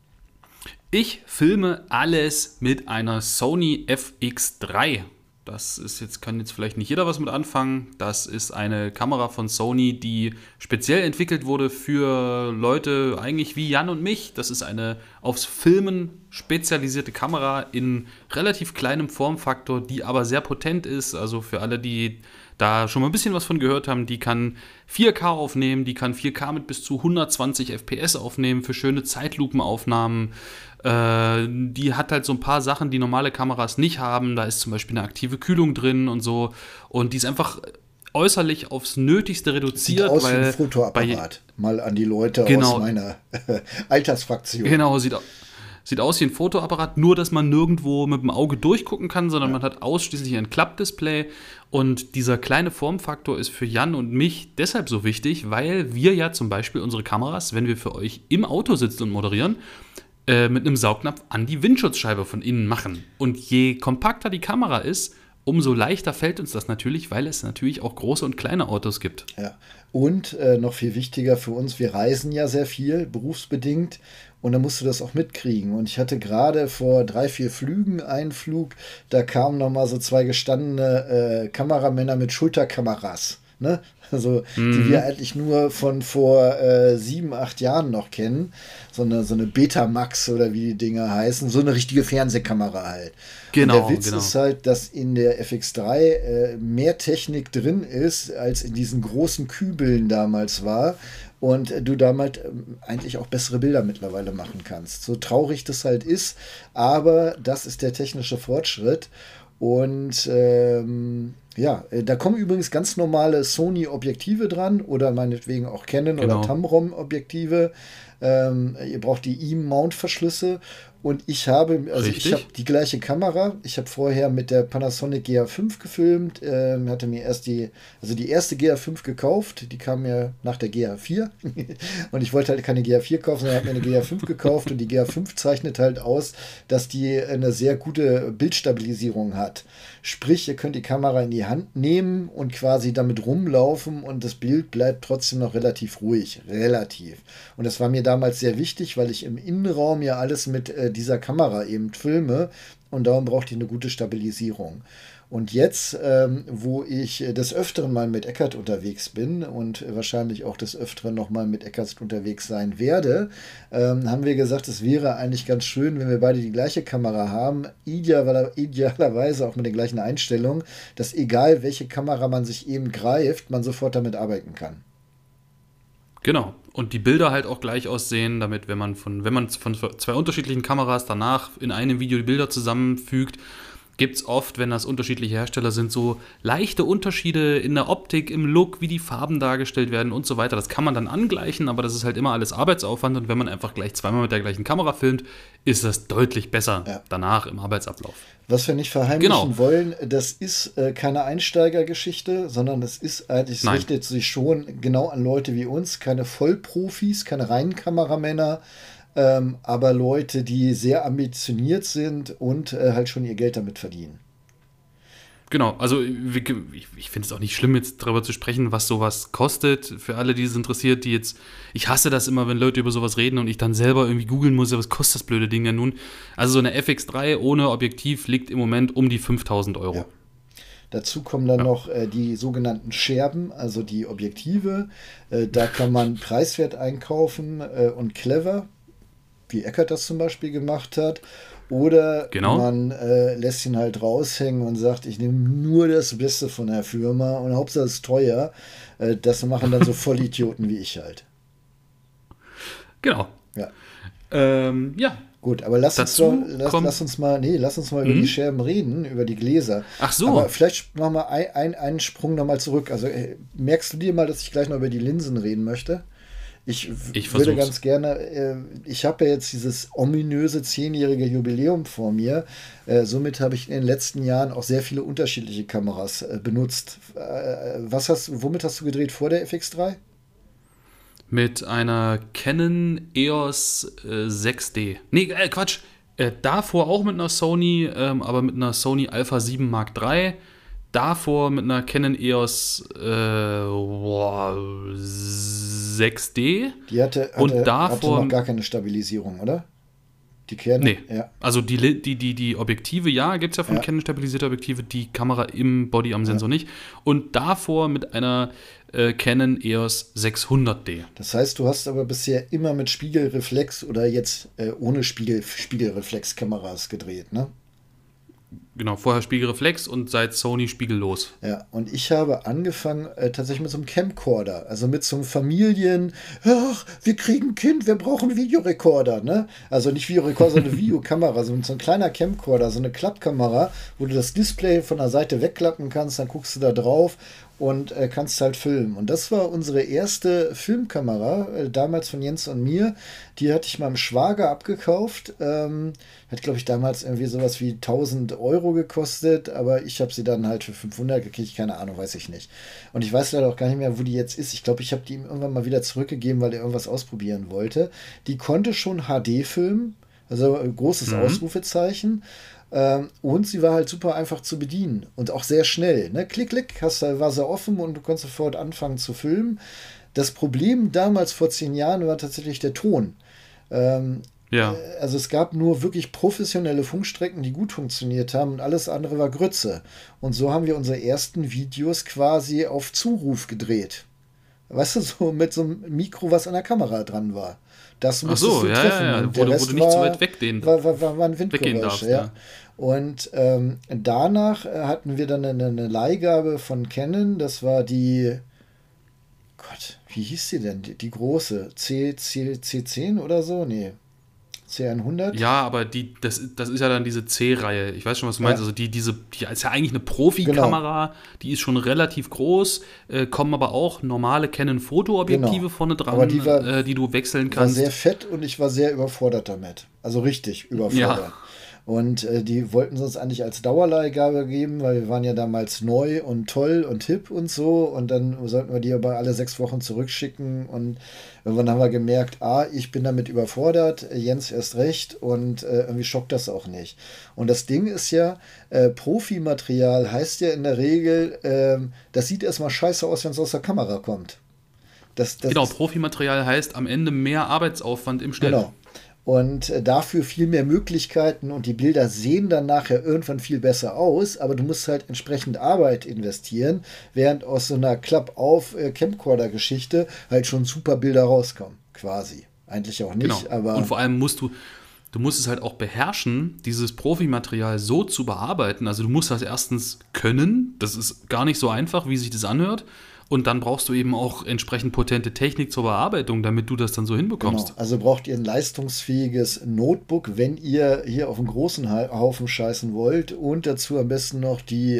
[SPEAKER 2] ich filme alles mit einer Sony F X drei. Das ist jetzt, kann jetzt vielleicht nicht jeder was mit anfangen. Das ist eine Kamera von Sony, die speziell entwickelt wurde für Leute eigentlich wie Jan und mich. Das ist eine aufs Filmen spezialisierte Kamera in relativ kleinem Formfaktor, die aber sehr potent ist. Also für alle, die da schon mal ein bisschen was von gehört haben, die kann vier K aufnehmen, die kann vier K mit bis zu hundertzwanzig F P S aufnehmen für schöne Zeitlupenaufnahmen. Äh, die hat halt so ein paar Sachen, die normale Kameras nicht haben. Da ist zum Beispiel eine aktive Kühlung drin und so. Und die ist einfach äußerlich aufs Nötigste reduziert.
[SPEAKER 1] Sieht aus
[SPEAKER 2] weil
[SPEAKER 1] wie ein Fotoapparat. Mal an die Leute genau, aus meiner Altersfraktion.
[SPEAKER 2] Genau, sieht aus. Sieht aus wie ein Fotoapparat, nur dass man nirgendwo mit dem Auge durchgucken kann, sondern ja. man hat ausschließlich ein Klappdisplay. Und dieser kleine Formfaktor ist für Jan und mich deshalb so wichtig, weil wir ja zum Beispiel unsere Kameras, wenn wir für euch im Auto sitzen und moderieren, äh, mit einem Saugnapf an die Windschutzscheibe von innen machen. Und je kompakter die Kamera ist, umso leichter fällt uns das natürlich, weil es natürlich auch große und kleine Autos gibt.
[SPEAKER 1] Ja. Und äh, noch viel wichtiger für uns, wir reisen ja sehr viel, berufsbedingt. Und dann musst du das auch mitkriegen. Und ich hatte gerade vor drei, vier Flügen einen Flug, da kamen nochmal so zwei gestandene äh, Kameramänner mit Schulterkameras. Ne? Also, mhm. die wir eigentlich nur von vor äh, sieben, acht Jahren noch kennen. So eine, so eine Betamax oder wie die Dinger heißen. So eine richtige Fernsehkamera halt.
[SPEAKER 2] Genau,
[SPEAKER 1] und der Witz
[SPEAKER 2] genau.
[SPEAKER 1] ist halt, dass in der F X drei äh, mehr Technik drin ist, als in diesen großen Kübeln damals war. Und du damit ähm, eigentlich auch bessere Bilder mittlerweile machen kannst. So traurig das halt ist, aber das ist der technische Fortschritt. Und ähm, ja, da kommen übrigens ganz normale Sony-Objektive dran oder meinetwegen auch Canon genau. oder Tamron-Objektive. Ähm, ihr braucht die E-Mount-Verschlüsse. Und ich habe, also Richtig. ich habe die gleiche Kamera. Ich habe vorher mit der Panasonic G A fünf gefilmt. Ähm, hatte mir erst die, also die erste G A fünf gekauft. Die kam mir nach der G A vier. Und ich wollte halt keine G A vier kaufen, sondern habe mir eine G A fünf gekauft. Und die G A fünf zeichnet halt aus, dass die eine sehr gute Bildstabilisierung hat. Sprich, ihr könnt die Kamera in die Hand nehmen und quasi damit rumlaufen und das Bild bleibt trotzdem noch relativ ruhig. Relativ. Und das war mir damals sehr wichtig, weil ich im Innenraum ja alles mit äh, dieser Kamera eben filme und darum brauchte ich eine gute Stabilisierung. Und jetzt, ähm, wo ich des Öfteren mal mit Eckart unterwegs bin und wahrscheinlich auch des Öfteren nochmal mit Eckart unterwegs sein werde, ähm, haben wir gesagt, es wäre eigentlich ganz schön, wenn wir beide die gleiche Kamera haben, ideal, idealerweise auch mit den gleichen Einstellungen, dass egal welche Kamera man sich eben greift, man sofort damit arbeiten kann.
[SPEAKER 2] Genau. Und die Bilder halt auch gleich aussehen, damit, wenn man von, wenn man von zwei unterschiedlichen Kameras danach in einem Video die Bilder zusammenfügt, gibt es oft, wenn das unterschiedliche Hersteller sind, so leichte Unterschiede in der Optik, im Look, wie die Farben dargestellt werden und so weiter. Das kann man dann angleichen, aber das ist halt immer alles Arbeitsaufwand und wenn man einfach gleich zweimal mit der gleichen Kamera filmt, ist das deutlich besser ja. danach im Arbeitsablauf.
[SPEAKER 1] Was wir nicht verheimlichen genau. wollen, das ist äh, keine Einsteigergeschichte, sondern es ist eigentlich, es richtet sich schon genau an Leute wie uns, keine Vollprofis, keine reinen Kameramänner, Ähm, aber Leute, die sehr ambitioniert sind und äh, halt schon ihr Geld damit verdienen.
[SPEAKER 2] Genau, also ich, ich finde es auch nicht schlimm, jetzt darüber zu sprechen, was sowas kostet, für alle, die es interessiert, die jetzt, ich hasse das immer, wenn Leute über sowas reden und ich dann selber irgendwie googeln muss, ja, was kostet das blöde Ding denn nun? Also so eine F X drei ohne Objektiv liegt im Moment um die fünftausend Euro.
[SPEAKER 1] Ja. Dazu kommen dann
[SPEAKER 2] ja.
[SPEAKER 1] noch äh, die sogenannten Scherben, also die Objektive. Äh, da kann man preiswert einkaufen äh, und clever, wie Eckart das zum Beispiel gemacht hat. Oder genau. man äh, lässt ihn halt raushängen und sagt, ich nehme nur das Beste von der Firma und Hauptsache es ist teuer. Äh, das machen dann so Vollidioten wie ich halt.
[SPEAKER 2] Genau.
[SPEAKER 1] Ja.
[SPEAKER 2] Ähm, ja.
[SPEAKER 1] Gut, aber lass uns, doch, lass, lass uns mal, nee, lass uns mal mhm. über die Scherben reden, über die Gläser.
[SPEAKER 2] Ach so.
[SPEAKER 1] Aber vielleicht machen wir ein, ein, einen Sprung nochmal zurück. Also äh, merkst du dir mal, dass ich gleich noch über die Linsen reden möchte? Ich,
[SPEAKER 2] Ich
[SPEAKER 1] würde
[SPEAKER 2] versuch's.
[SPEAKER 1] ganz gerne, äh, ich habe ja jetzt dieses ominöse zehnjährige Jubiläum vor mir. Äh, somit habe ich in den letzten Jahren auch sehr viele unterschiedliche Kameras äh, benutzt. Äh, was hast, womit hast du gedreht vor der F X drei?
[SPEAKER 2] Mit einer Canon E O S äh, sechs D. Nee, äh, Quatsch. Äh, davor auch mit einer Sony, ähm, aber mit einer Sony Alpha sieben Mark drei. Davor mit einer Canon E O S äh, boah, sechs D.
[SPEAKER 1] Die hatte,
[SPEAKER 2] Und
[SPEAKER 1] hatte, hatte noch
[SPEAKER 2] davor,
[SPEAKER 1] gar keine Stabilisierung, oder? Die Kerne?
[SPEAKER 2] nee.
[SPEAKER 1] Ja,
[SPEAKER 2] Also die, Li- die, die, die Objektive, ja, gibt es ja von
[SPEAKER 1] ja,
[SPEAKER 2] Canon stabilisierte Objektive, die Kamera im Body am
[SPEAKER 1] ja.
[SPEAKER 2] Sensor nicht. Und davor mit einer äh, Canon E O S sechshundert D.
[SPEAKER 1] Das heißt, du hast aber bisher immer mit Spiegelreflex oder jetzt äh, ohne Spiegel, Spiegelreflexkameras gedreht, ne?
[SPEAKER 2] Genau, vorher Spiegelreflex und seit Sony spiegellos.
[SPEAKER 1] Ja, und ich habe angefangen äh, tatsächlich mit so einem Camcorder, also mit so einem Familien, ach, wir kriegen ein Kind, wir brauchen einen Videorekorder, ne? Also nicht Videorekorder, sondern eine Videokamera, so, so ein kleiner Camcorder, so eine Klappkamera, wo du das Display von der Seite wegklappen kannst, dann guckst du da drauf und äh, kannst halt filmen. Und das war unsere erste Filmkamera, äh, damals von Jens und mir. Die hatte ich meinem Schwager abgekauft. Ähm, hat, glaube ich, damals irgendwie sowas wie tausend Euro gekostet, aber ich habe sie dann halt für fünfhundert gekriegt, keine Ahnung, weiß ich nicht. Und ich weiß leider auch gar nicht mehr, wo die jetzt ist. Ich glaube, ich habe die ihm irgendwann mal wieder zurückgegeben, weil er irgendwas ausprobieren wollte. Die konnte schon H D filmen, also äh, großes
[SPEAKER 2] Mhm.
[SPEAKER 1] Ausrufezeichen. Ähm, und sie war halt super einfach zu bedienen und auch sehr schnell. Ne? Klick, klick, hast, war sie offen und du konntest sofort anfangen zu filmen. Das Problem damals vor zehn Jahren war tatsächlich der Ton. Ähm,
[SPEAKER 2] Ja,
[SPEAKER 1] also es gab nur wirklich professionelle Funkstrecken, die gut funktioniert haben und alles andere war Grütze. Und so haben wir unsere ersten Videos quasi auf Zuruf gedreht. Weißt du, so mit so einem Mikro, was an der Kamera dran war. Das
[SPEAKER 2] ach
[SPEAKER 1] musstest
[SPEAKER 2] so,
[SPEAKER 1] du
[SPEAKER 2] ja,
[SPEAKER 1] treffen
[SPEAKER 2] ja,
[SPEAKER 1] und
[SPEAKER 2] ja, wo
[SPEAKER 1] der
[SPEAKER 2] du, wo du
[SPEAKER 1] Rest
[SPEAKER 2] nicht so
[SPEAKER 1] war,
[SPEAKER 2] weit weggehen,
[SPEAKER 1] war, war, war, waren
[SPEAKER 2] weggehen
[SPEAKER 1] Windgeräusche,
[SPEAKER 2] darfst,
[SPEAKER 1] ja.
[SPEAKER 2] ja.
[SPEAKER 1] Und ähm, danach äh, hatten wir dann eine, eine Leihgabe von Canon, das war die, Gott, wie hieß sie denn? Die, die große, C, C, C zehn oder so? Nee, C hundert?
[SPEAKER 2] Ja, aber die, das, das ist ja dann diese C-Reihe. Ich weiß schon, was du meinst.
[SPEAKER 1] Ja,
[SPEAKER 2] Also die, diese, die ist ja eigentlich eine
[SPEAKER 1] genau,
[SPEAKER 2] Profikamera, die ist schon relativ groß, äh, kommen aber auch normale
[SPEAKER 1] genau.
[SPEAKER 2] Canon-Fotoobjektive vorne
[SPEAKER 1] Aber
[SPEAKER 2] dran,
[SPEAKER 1] die war,
[SPEAKER 2] äh, die du wechseln
[SPEAKER 1] war sehr
[SPEAKER 2] kannst.
[SPEAKER 1] fett und ich war sehr überfordert damit. Also richtig
[SPEAKER 2] Ja,
[SPEAKER 1] überfordert. Und äh, die wollten es uns eigentlich als Dauerleihgabe geben, weil wir waren ja damals neu und toll und hip und so. Und dann sollten wir die aber alle sechs Wochen zurückschicken. Und irgendwann haben wir gemerkt, ah, ich bin damit überfordert, Jens erst recht und äh, irgendwie schockt das auch nicht. Und das Ding ist ja, äh, Profimaterial heißt ja in der Regel, ähm, das sieht erstmal scheiße aus, wenn es aus der Kamera kommt. Das, das
[SPEAKER 2] genau.
[SPEAKER 1] ist,
[SPEAKER 2] Profimaterial heißt am Ende mehr Arbeitsaufwand im Schnitt.
[SPEAKER 1] genau. Und äh, dafür viel mehr Möglichkeiten und die Bilder sehen dann nachher irgendwann viel besser aus, aber du musst halt entsprechend Arbeit investieren, während aus so einer Klapp-auf-Camcorder-Geschichte halt schon super Bilder rauskommen, quasi. Eigentlich auch
[SPEAKER 2] Genau.
[SPEAKER 1] nicht,
[SPEAKER 2] Und
[SPEAKER 1] aber
[SPEAKER 2] vor allem musst du, du musst es halt auch beherrschen, dieses Profimaterial so zu bearbeiten. Also du musst das erstens können. Das ist gar nicht so einfach, wie sich das anhört. Und dann brauchst du eben auch entsprechend potente Technik zur Bearbeitung, damit du das dann so
[SPEAKER 1] genau.
[SPEAKER 2] hinbekommst.
[SPEAKER 1] Also braucht ihr ein leistungsfähiges Notebook, wenn ihr hier auf einen großen Haufen scheißen wollt und dazu am besten noch die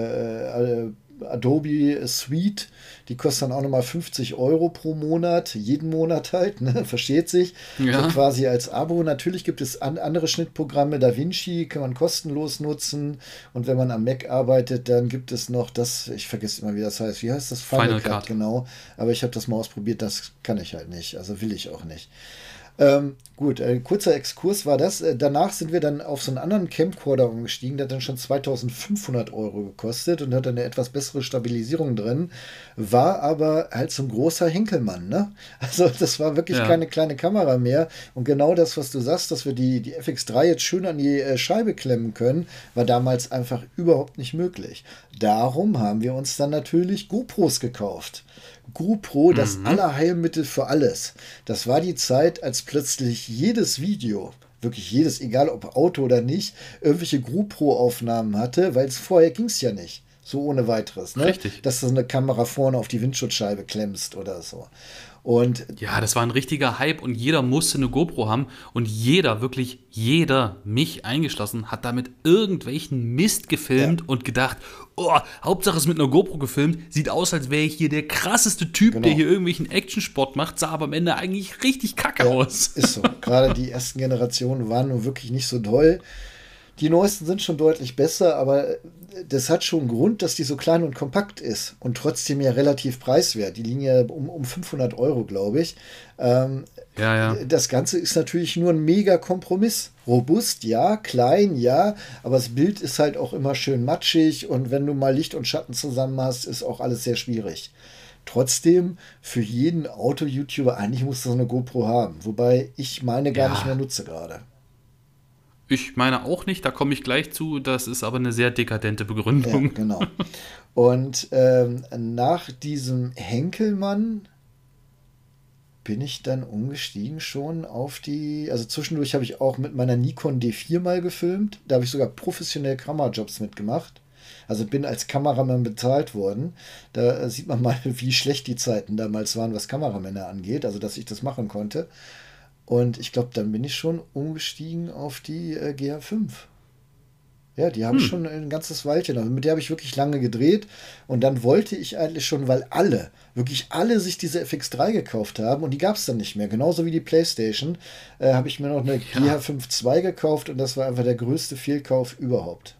[SPEAKER 1] äh, äh, Adobe Suite, die kostet dann auch nochmal fünfzig Euro pro Monat, jeden Monat halt, ne? Versteht sich. So
[SPEAKER 2] Ja,
[SPEAKER 1] quasi als Abo. Natürlich gibt es an, andere Schnittprogramme, DaVinci kann man kostenlos nutzen und wenn man am Mac arbeitet, dann gibt es noch das, ich vergesse immer, wie das heißt, wie heißt das? Final
[SPEAKER 2] Final
[SPEAKER 1] Cut,
[SPEAKER 2] Cut.
[SPEAKER 1] genau. Aber ich habe das mal ausprobiert, das kann ich halt nicht, also will ich auch nicht. Ähm, gut, ein kurzer Exkurs war das. Äh, danach sind wir dann auf so einen anderen Camcorder umgestiegen, der hat dann schon zweitausendfünfhundert Euro gekostet und hat dann eine etwas bessere Stabilisierung drin, war aber halt so ein großer Henkelmann, ne? Also das war wirklich
[SPEAKER 2] Ja,
[SPEAKER 1] keine kleine Kamera mehr und genau das, was du sagst, dass wir die, die F X drei jetzt schön an die äh, Scheibe klemmen können, war damals einfach überhaupt nicht möglich. Darum haben wir uns dann natürlich GoPros gekauft. GoPro, das
[SPEAKER 2] mhm.
[SPEAKER 1] Allerheilmittel für alles. Das war die Zeit, als plötzlich jedes Video, wirklich jedes, egal ob Auto oder nicht, irgendwelche GoPro-Aufnahmen hatte, weil es vorher ging es ja nicht. So ohne weiteres. Ne?
[SPEAKER 2] Richtig.
[SPEAKER 1] Dass du eine Kamera vorne auf die Windschutzscheibe klemmst oder so. Und
[SPEAKER 2] ja, das war ein richtiger Hype und jeder musste eine GoPro haben und jeder, wirklich jeder, mich eingeschlossen, hat damit irgendwelchen Mist gefilmt ja. und gedacht, oh, Hauptsache es ist mit einer GoPro gefilmt, sieht aus, als wäre ich hier der krasseste Typ, genau. der hier irgendwelchen Actionsport macht, sah aber am Ende eigentlich richtig kacke
[SPEAKER 1] ja,
[SPEAKER 2] aus.
[SPEAKER 1] Ist so. Gerade die ersten Generationen waren nun wirklich nicht so doll. Die neuesten sind schon deutlich besser, aber das hat schon einen Grund, dass die so klein und kompakt ist und trotzdem ja relativ preiswert. Die liegen ja um, um fünfhundert Euro, glaube ich. Ähm,
[SPEAKER 2] ja, ja.
[SPEAKER 1] Das Ganze ist natürlich nur ein mega Kompromiss. Robust, ja, klein, ja, aber das Bild ist halt auch immer schön matschig und wenn du mal Licht und Schatten zusammen hast, ist auch alles sehr schwierig. Trotzdem, für jeden Auto-YouTuber, eigentlich musst du so eine GoPro haben. Wobei ich meine gar ja. nicht mehr nutze gerade.
[SPEAKER 2] Ich meine auch nicht, da komme ich gleich zu, das ist aber eine sehr dekadente Begründung.
[SPEAKER 1] Ja, genau. Und ähm, nach diesem Henkelmann bin ich dann umgestiegen schon auf die, also zwischendurch habe ich auch mit meiner Nikon D vier mal gefilmt, da habe ich sogar professionell Kamerajobs mitgemacht. Also bin als Kameramann bezahlt worden. Da sieht man mal, wie schlecht die Zeiten damals waren, was Kameramänner angeht, also dass ich das machen konnte. Und ich glaube, dann bin ich schon umgestiegen auf die äh, G H fünf. Ja, die habe hm. ich schon ein ganzes Weilchen. Also mit der habe ich wirklich lange gedreht. Und dann wollte ich eigentlich schon, weil alle, wirklich alle sich diese F X drei gekauft haben und die gab es dann nicht mehr. Genauso wie die PlayStation äh, habe ich mir noch eine ja. G H fünf zwei gekauft und das war einfach der größte Fehlkauf überhaupt.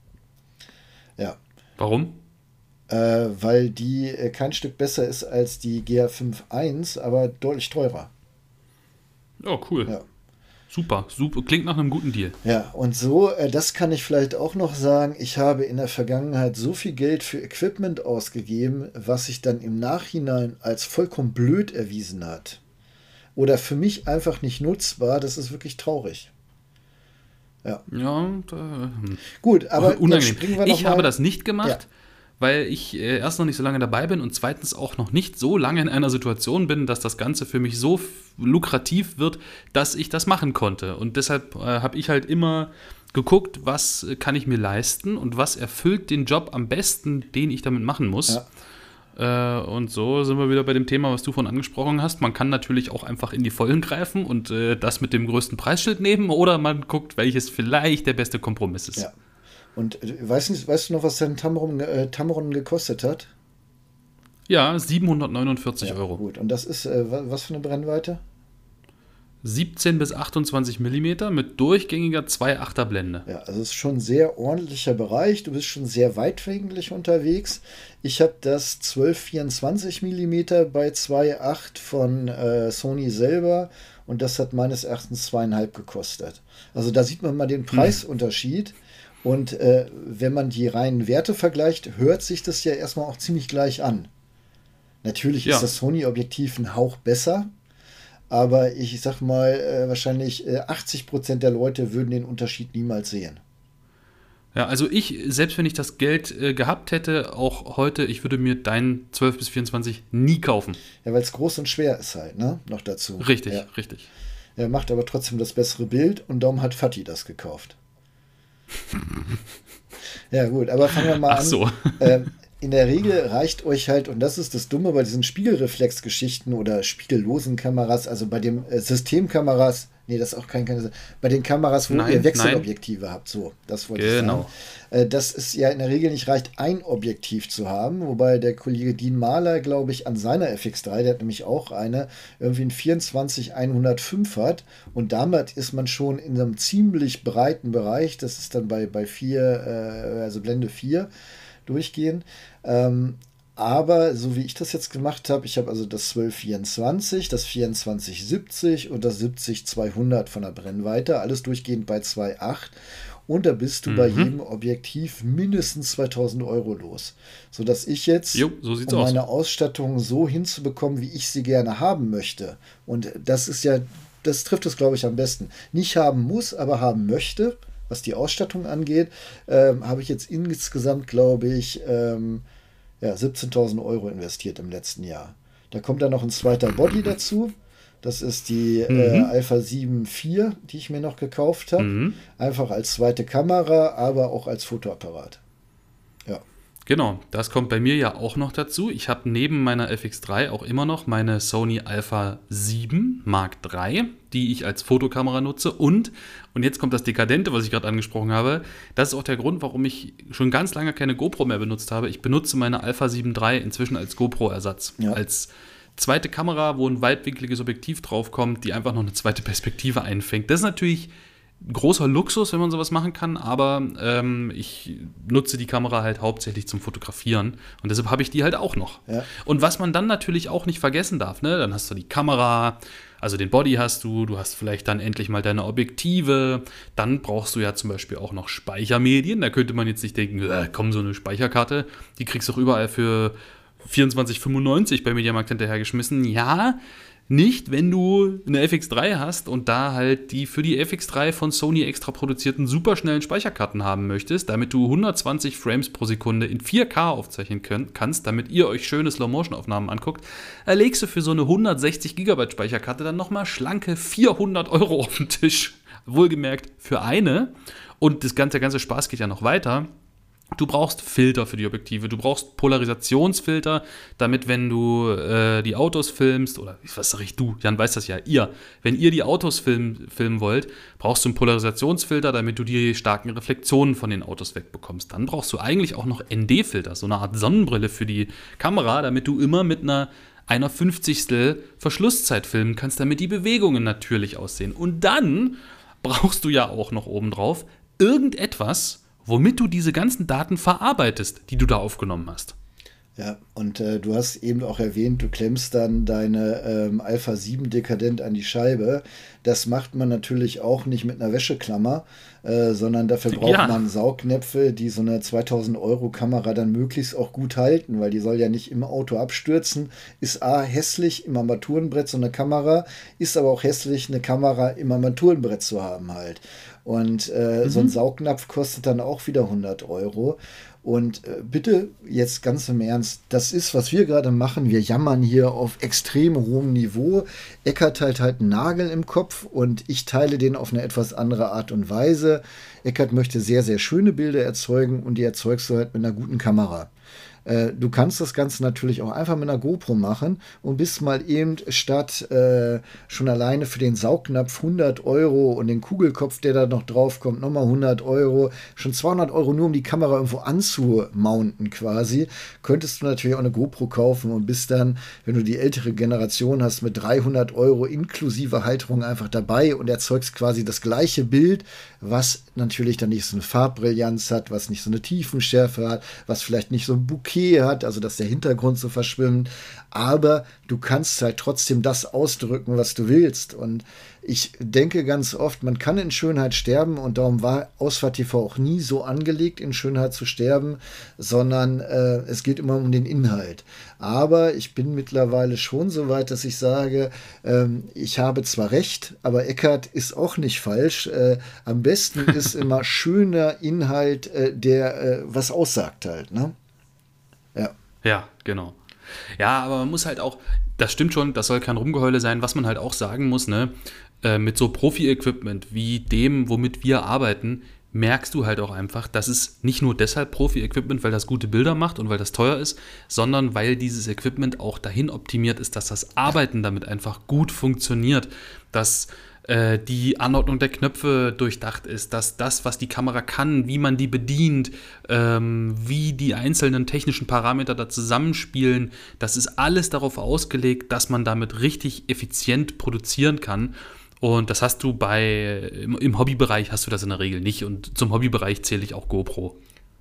[SPEAKER 1] Ja.
[SPEAKER 2] Warum?
[SPEAKER 1] Äh, weil die äh, kein Stück besser ist als die G H fünf eins, aber deutlich teurer.
[SPEAKER 2] Oh, cool.
[SPEAKER 1] Ja.
[SPEAKER 2] Super, super. Klingt nach einem guten Deal.
[SPEAKER 1] Ja, und so, äh, das kann ich vielleicht auch noch sagen, ich habe in der Vergangenheit so viel Geld für Equipment ausgegeben, was sich dann im Nachhinein als vollkommen blöd erwiesen hat. Oder für mich einfach nicht nutzbar, das ist wirklich traurig. Ja.
[SPEAKER 2] Ja, da,
[SPEAKER 1] gut, aber
[SPEAKER 2] unangenehm.
[SPEAKER 1] Springen wir noch
[SPEAKER 2] ich
[SPEAKER 1] mal.
[SPEAKER 2] habe das nicht gemacht.
[SPEAKER 1] Ja.
[SPEAKER 2] Weil ich äh, erst noch nicht so lange dabei bin und zweitens auch noch nicht so lange in einer Situation bin, dass das Ganze für mich so f- lukrativ wird, dass ich das machen konnte. Und deshalb äh, habe ich halt immer geguckt, was äh, kann ich mir leisten und was erfüllt den Job am besten, den ich damit machen muss. Ja. Äh, und so sind wir wieder bei dem Thema, was du vorhin angesprochen hast. Man kann natürlich auch einfach in die Vollen greifen und äh, das mit dem größten Preisschild nehmen oder man guckt, welches vielleicht der beste Kompromiss ist.
[SPEAKER 1] Ja. Und weißt du, weißt du noch, was dein Tamron, äh, Tamron gekostet hat?
[SPEAKER 2] Ja, siebenhundertneunundvierzig
[SPEAKER 1] ja,
[SPEAKER 2] Euro.
[SPEAKER 1] Gut, und das ist, äh, was für eine Brennweite?
[SPEAKER 2] siebzehn bis achtundzwanzig Millimeter mit durchgängiger zwei Komma achter Blende.
[SPEAKER 1] Ja, also es ist schon ein sehr ordentlicher Bereich. Du bist schon sehr weitwinklig unterwegs. Ich habe das zwölf vierundzwanzig Millimeter bei zwei Komma acht von äh, Sony selber und das hat meines Erachtens zweieinhalb gekostet. Also da sieht man mal den Preisunterschied. Hm. Und äh, wenn man die reinen Werte vergleicht, hört sich das ja erstmal auch ziemlich gleich an. Natürlich ja. ist das Sony-Objektiv ein Hauch besser, aber ich sag mal, äh, wahrscheinlich äh, achtzig Prozent der Leute würden den Unterschied niemals sehen.
[SPEAKER 2] Ja, also ich, selbst wenn ich das Geld äh, gehabt hätte, auch heute, ich würde mir dein zwölf bis vierundzwanzig nie kaufen.
[SPEAKER 1] Ja, weil es groß und schwer ist halt, ne? Noch dazu.
[SPEAKER 2] Richtig,
[SPEAKER 1] ja.
[SPEAKER 2] richtig.
[SPEAKER 1] Er macht aber trotzdem das bessere Bild und darum hat Fatih das gekauft. Ja gut, aber fangen wir mal
[SPEAKER 2] Ach so.
[SPEAKER 1] an. Ähm, in der Regel reicht euch halt, und das ist das Dumme bei diesen Spiegelreflexgeschichten oder spiegellosen Kameras, also bei den äh, Systemkameras, nee, das ist auch kein, keine, bei den Kameras, wo
[SPEAKER 2] nein,
[SPEAKER 1] ihr Wechselobjektive nein. habt, so, das wollte
[SPEAKER 2] genau.
[SPEAKER 1] ich sagen. Äh, dass es ja in der Regel nicht reicht, ein Objektiv zu haben, wobei der Kollege Dean Mahler, glaube ich, an seiner F X drei, der hat nämlich auch eine, irgendwie ein vierundzwanzig hundertfünf hat und damit ist man schon in einem ziemlich breiten Bereich, das ist dann bei, bei vier, äh, also Blende vier, durchgehen. Ähm, aber so wie ich das jetzt gemacht habe, ich habe also das zwölf vierundzwanzig, das vierundzwanzig siebzig und das siebzig zweihundert von der Brennweite, alles durchgehend bei zwei Komma acht und da bist du mhm. bei jedem Objektiv mindestens zweitausend Euro los. Sodass ich jetzt,
[SPEAKER 2] jo, so sieht's
[SPEAKER 1] um
[SPEAKER 2] aus.
[SPEAKER 1] meine Ausstattung so hinzubekommen, wie ich sie gerne haben möchte, und das ist ja, das trifft es, glaube ich, am besten, nicht haben muss, aber haben möchte, was die Ausstattung angeht, ähm, habe ich jetzt insgesamt, glaube ich, ähm, ja, siebzehntausend Euro investiert im letzten Jahr. Da kommt dann noch ein zweiter Body dazu. Das ist die mhm. äh, Alpha sieben vier, die ich mir noch gekauft habe. Mhm. Einfach als zweite Kamera, aber auch als Fotoapparat. Ja.
[SPEAKER 2] Genau, das kommt bei mir ja auch noch dazu. Ich habe neben meiner F X drei auch immer noch meine Sony Alpha sieben Mark drei, die ich als Fotokamera nutze. Und, und jetzt kommt das Dekadente, was ich gerade angesprochen habe. Das ist auch der Grund, warum ich schon ganz lange keine GoPro mehr benutzt habe. Ich benutze meine Alpha sieben drei inzwischen als GoPro-Ersatz. Ja. Als zweite Kamera, wo ein weitwinkliges Objektiv draufkommt, die einfach noch eine zweite Perspektive einfängt. Das ist natürlich großer Luxus, wenn man sowas machen kann, aber ähm, ich nutze die Kamera halt hauptsächlich zum Fotografieren und deshalb habe ich die halt auch noch. Ja. Und was man dann natürlich auch nicht vergessen darf, ne, dann hast du die Kamera, also den Body hast du, du hast vielleicht dann endlich mal deine Objektive, dann brauchst du ja zum Beispiel auch noch Speichermedien, da könnte man jetzt nicht denken, äh, komm, so eine Speicherkarte, die kriegst du auch überall für vierundzwanzig fünfundneunzig bei Mediamarkt hinterhergeschmissen, ja. Nicht, wenn du eine F X drei hast und da halt die für die F X drei von Sony extra produzierten superschnellen Speicherkarten haben möchtest, damit du hundertzwanzig Frames pro Sekunde in vier K aufzeichnen könnt, kannst, damit ihr euch schöne Slow-Motion-Aufnahmen anguckt, erlegst du für so eine hundertsechzig Gigabyte Speicherkarte dann nochmal schlanke vierhundert Euro auf den Tisch. Wohlgemerkt für eine. Und das ganze, der ganze Spaß geht ja noch weiter. Du brauchst Filter für die Objektive, du brauchst Polarisationsfilter, damit wenn du äh, die Autos filmst, oder was sag ich du, Jan weiß das ja, ihr, wenn ihr die Autos film, filmen wollt, brauchst du einen Polarisationsfilter, damit du die starken Reflexionen von den Autos wegbekommst. Dann brauchst du eigentlich auch noch N D-Filter, so eine Art Sonnenbrille für die Kamera, damit du immer mit einer einer Fünfzigstel Verschlusszeit filmen kannst, damit die Bewegungen natürlich aussehen. Und dann brauchst du ja auch noch obendrauf irgendetwas, womit du diese ganzen Daten verarbeitest, die du da aufgenommen hast.
[SPEAKER 1] Ja, und äh, du hast eben auch erwähnt, du klemmst dann deine ähm, Alpha sieben dekadent an die Scheibe. Das macht man natürlich auch nicht mit einer Wäscheklammer, äh, sondern dafür braucht ja. man Saugnäpfe, die so eine zweitausend Euro Kamera dann möglichst auch gut halten, weil die soll ja nicht im Auto abstürzen. Ist A, hässlich im Armaturenbrett so eine Kamera, ist aber auch hässlich, eine Kamera im Armaturenbrett zu haben halt. Und äh, mhm. so ein Saugnapf kostet dann auch wieder hundert Euro. Und äh, bitte jetzt ganz im Ernst, das ist, was wir gerade machen. Wir jammern hier auf extrem hohem Niveau. Eckart teilt halt einen Nagel im Kopf und ich teile den auf eine etwas andere Art und Weise. Eckart möchte sehr, sehr schöne Bilder erzeugen und die erzeugst du halt mit einer guten Kamera. Äh, du kannst das Ganze natürlich auch einfach mit einer GoPro machen und bist mal eben statt äh, schon alleine für den Saugnapf hundert Euro und den Kugelkopf, der da noch drauf kommt, nochmal hundert Euro, schon zweihundert Euro nur um die Kamera irgendwo anzumounten quasi, könntest du natürlich auch eine GoPro kaufen und bist dann, wenn du die ältere Generation hast, mit dreihundert Euro inklusive Halterung einfach dabei und erzeugst quasi das gleiche Bild, was natürlich dann nicht so eine Farbbrillanz hat, was nicht so eine Tiefenschärfe hat, was vielleicht nicht so ein Bouquet hat, also dass der Hintergrund so verschwimmt, aber du kannst halt trotzdem das ausdrücken, was du willst. Und ich denke ganz oft, man kann in Schönheit sterben und darum war Ausfahrt T V auch nie so angelegt, in Schönheit zu sterben, sondern äh, es geht immer um den Inhalt. Aber ich bin mittlerweile schon so weit, dass ich sage, ähm, ich habe zwar recht, aber Eckart ist auch nicht falsch. Äh, am besten ist immer schöner Inhalt, äh, der äh, was aussagt halt, ne? Ja.
[SPEAKER 2] Ja, genau. Ja, aber man muss halt auch, das stimmt schon, das soll kein Rumgeheule sein, was man halt auch sagen muss, ne, äh, mit so Profi-Equipment wie dem, womit wir arbeiten, merkst du halt auch einfach, dass es nicht nur deshalb Profi-Equipment, weil das gute Bilder macht und weil das teuer ist, sondern weil dieses Equipment auch dahin optimiert ist, dass das Arbeiten damit einfach gut funktioniert, dass äh, die Anordnung der Knöpfe durchdacht ist, dass das, was die Kamera kann, wie man die bedient, ähm, wie die einzelnen technischen Parameter da zusammenspielen, das ist alles darauf ausgelegt, dass man damit richtig effizient produzieren kann. Und das hast du bei, im, im Hobbybereich hast du das in der Regel nicht. Und zum Hobbybereich zähle ich auch GoPro.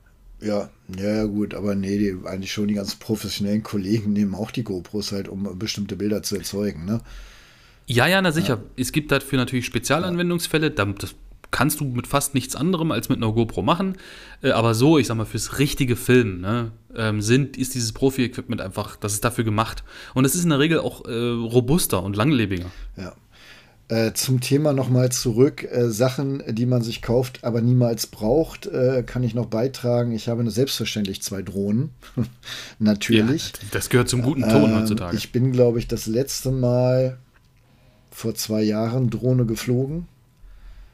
[SPEAKER 1] Ja, ja gut, aber nee, die, eigentlich schon die ganzen professionellen Kollegen nehmen auch die GoPros halt, um bestimmte Bilder zu erzeugen, ne?
[SPEAKER 2] Ja, ja, na sicher. Ja. Es gibt dafür natürlich Spezialanwendungsfälle, das kannst du mit fast nichts anderem als mit einer GoPro machen. Aber so, ich sag mal, fürs richtige Filmen, ne, sind, ist dieses Profi-Equipment einfach, das ist dafür gemacht. Und es ist in der Regel auch äh, robuster und langlebiger.
[SPEAKER 1] Ja. Äh, zum Thema nochmal zurück, äh, Sachen, die man sich kauft, aber niemals braucht, äh, kann ich noch beitragen. Ich habe selbstverständlich zwei Drohnen, natürlich.
[SPEAKER 2] Ja, das gehört zum guten Ton
[SPEAKER 1] ähm,
[SPEAKER 2] heutzutage.
[SPEAKER 1] Ich bin, glaube ich, das letzte Mal vor zwei Jahren Drohne geflogen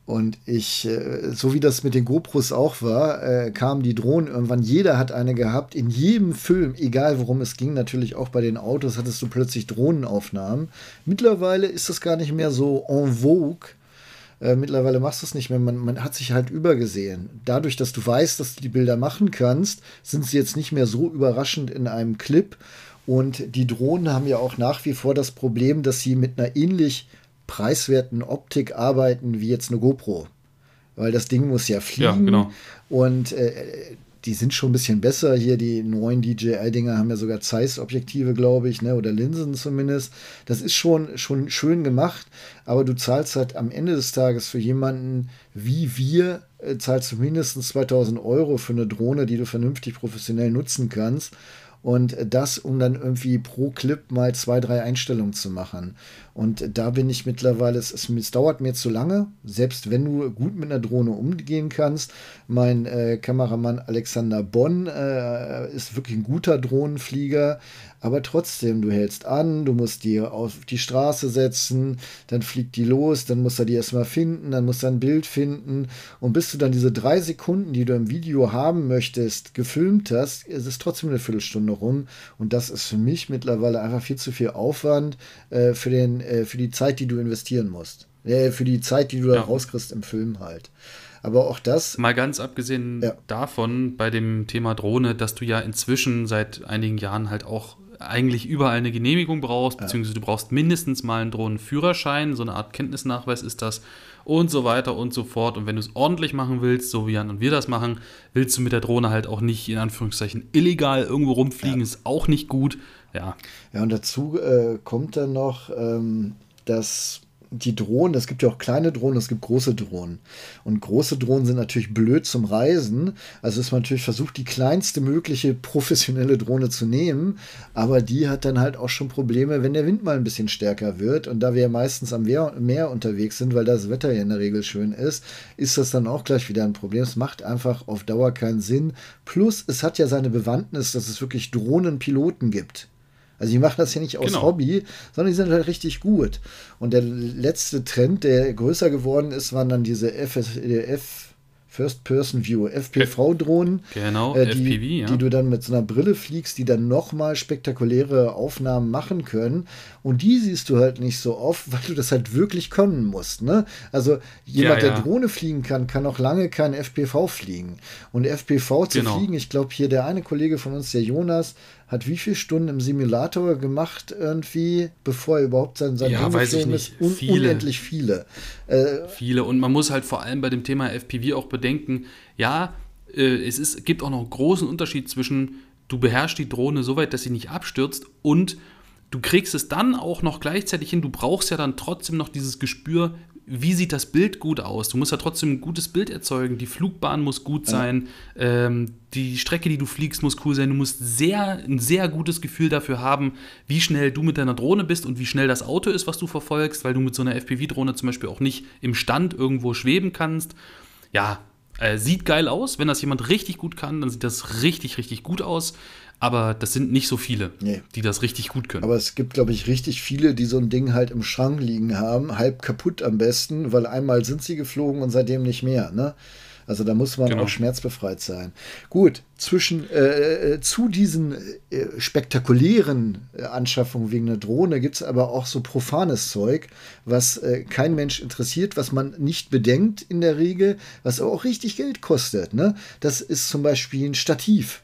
[SPEAKER 1] Und ich, äh, so wie das mit den GoPros auch war, äh, kamen die Drohnen irgendwann. Jeder hat eine gehabt. In jedem Film, egal worum es ging, natürlich auch bei den Autos, hattest du plötzlich Drohnenaufnahmen. Mittlerweile ist das gar nicht mehr so en vogue. Äh, mittlerweile machst du es nicht mehr. Man, man hat sich halt übergesehen. Dadurch, dass du weißt, dass du die Bilder machen kannst, sind sie jetzt nicht mehr so überraschend in einem Clip. Und die Drohnen haben ja auch nach wie vor das Problem, dass sie mit einer ähnlich preiswerten Optik arbeiten wie jetzt eine GoPro. Weil das Ding muss ja fliegen.
[SPEAKER 2] Ja, genau.
[SPEAKER 1] Und äh, die sind schon ein bisschen besser. Hier die neuen D J I-Dinger haben ja sogar Zeiss-Objektive, glaube ich, ne? Oder Linsen zumindest. Das ist schon, schon schön gemacht, aber du zahlst halt am Ende des Tages für jemanden wie wir, äh, zahlst du mindestens zweitausend Euro für eine Drohne, die du vernünftig professionell nutzen kannst. Und das, um dann irgendwie pro Clip mal zwei, drei Einstellungen zu machen. Und da bin ich mittlerweile, es, es, es dauert mir zu lange, selbst wenn du gut mit einer Drohne umgehen kannst. Mein äh, Kameramann Alexander Bonn äh, ist wirklich ein guter Drohnenflieger, aber trotzdem, du hältst an, du musst die auf die Straße setzen, dann fliegt die los, dann muss er die erstmal finden, dann muss er ein Bild finden und bis du dann diese drei Sekunden, die du im Video haben möchtest, gefilmt hast, ist es trotzdem eine Viertelstunde rum und das ist für mich mittlerweile einfach viel zu viel Aufwand äh, für, den, äh, für die Zeit, die du investieren musst. Äh, für die Zeit, die du da ja. rauskriegst im Film halt. Aber auch das.
[SPEAKER 2] Mal ganz abgesehen
[SPEAKER 1] ja.
[SPEAKER 2] davon, bei dem Thema Drohne, dass du ja inzwischen seit einigen Jahren halt auch eigentlich überall eine Genehmigung brauchst, ja. beziehungsweise du brauchst mindestens mal einen Drohnenführerschein, so eine Art Kenntnisnachweis ist das und so weiter und so fort. Und wenn du es ordentlich machen willst, so wie Jan und wir das machen, willst du mit der Drohne halt auch nicht in Anführungszeichen illegal irgendwo rumfliegen, ja. ist auch nicht gut. Ja,
[SPEAKER 1] ja und dazu äh, kommt dann noch, ähm, dass die Drohnen, es gibt ja auch kleine Drohnen, es gibt große Drohnen. Und große Drohnen sind natürlich blöd zum Reisen. Also ist man natürlich versucht, die kleinste mögliche professionelle Drohne zu nehmen. Aber die hat dann halt auch schon Probleme, wenn der Wind mal ein bisschen stärker wird. Und da wir ja meistens am Meer unterwegs sind, weil das Wetter ja in der Regel schön ist, ist das dann auch gleich wieder ein Problem. Es macht einfach auf Dauer keinen Sinn. Plus, es hat ja seine Bewandtnis, dass es wirklich Drohnenpiloten gibt. Also die machen das ja nicht aus genau. Hobby, sondern die sind halt richtig gut. Und der letzte Trend, der größer geworden ist, waren dann diese F S, F First-Person-View, F P V-Drohnen,
[SPEAKER 2] genau,
[SPEAKER 1] äh, die,
[SPEAKER 2] F P V, ja.
[SPEAKER 1] die du dann mit so einer Brille fliegst, die dann nochmal spektakuläre Aufnahmen machen können. Und die siehst du halt nicht so oft, weil du das halt wirklich können musst. Ne? Also jemand, ja, ja. der Drohne fliegen kann, kann auch lange kein F P V fliegen. Und F P V zu genau. fliegen, ich glaube hier der eine Kollege von uns, der Jonas, hat wie viele Stunden im Simulator gemacht irgendwie, bevor er überhaupt sein, sein
[SPEAKER 2] ja, weiß ich nicht.
[SPEAKER 1] Un
[SPEAKER 2] viele.
[SPEAKER 1] Unendlich viele.
[SPEAKER 2] Äh, viele. Und man muss halt vor allem bei dem Thema F P V auch bedenken, ja, äh, es ist, gibt auch noch einen großen Unterschied zwischen, du beherrschst die Drohne so weit, dass sie nicht abstürzt und du kriegst es dann auch noch gleichzeitig hin, du brauchst ja dann trotzdem noch dieses Gespür, wie sieht das Bild gut aus? Du musst ja trotzdem ein gutes Bild erzeugen, die Flugbahn muss gut sein, ja. ähm, die Strecke, die du fliegst, muss cool sein, du musst sehr, ein sehr gutes Gefühl dafür haben, wie schnell du mit deiner Drohne bist und wie schnell das Auto ist, was du verfolgst, weil du mit so einer F P V-Drohne zum Beispiel auch nicht im Stand irgendwo schweben kannst. Ja, äh, sieht geil aus, wenn das jemand richtig gut kann, dann sieht das richtig, richtig gut aus. Aber das sind nicht so viele, nee. die das richtig gut können.
[SPEAKER 1] Aber es gibt, glaube ich, richtig viele, die so ein Ding halt im Schrank liegen haben, halb kaputt am besten, weil einmal sind sie geflogen und seitdem nicht mehr. Ne? Also da muss man genau. auch schmerzbefreit sein. Gut, zwischen äh, zu diesen äh, spektakulären äh, Anschaffungen wegen einer Drohne gibt es aber auch so profanes Zeug, was äh, kein Mensch interessiert, was man nicht bedenkt in der Regel, was aber auch richtig Geld kostet. Ne? Das ist zum Beispiel ein Stativ.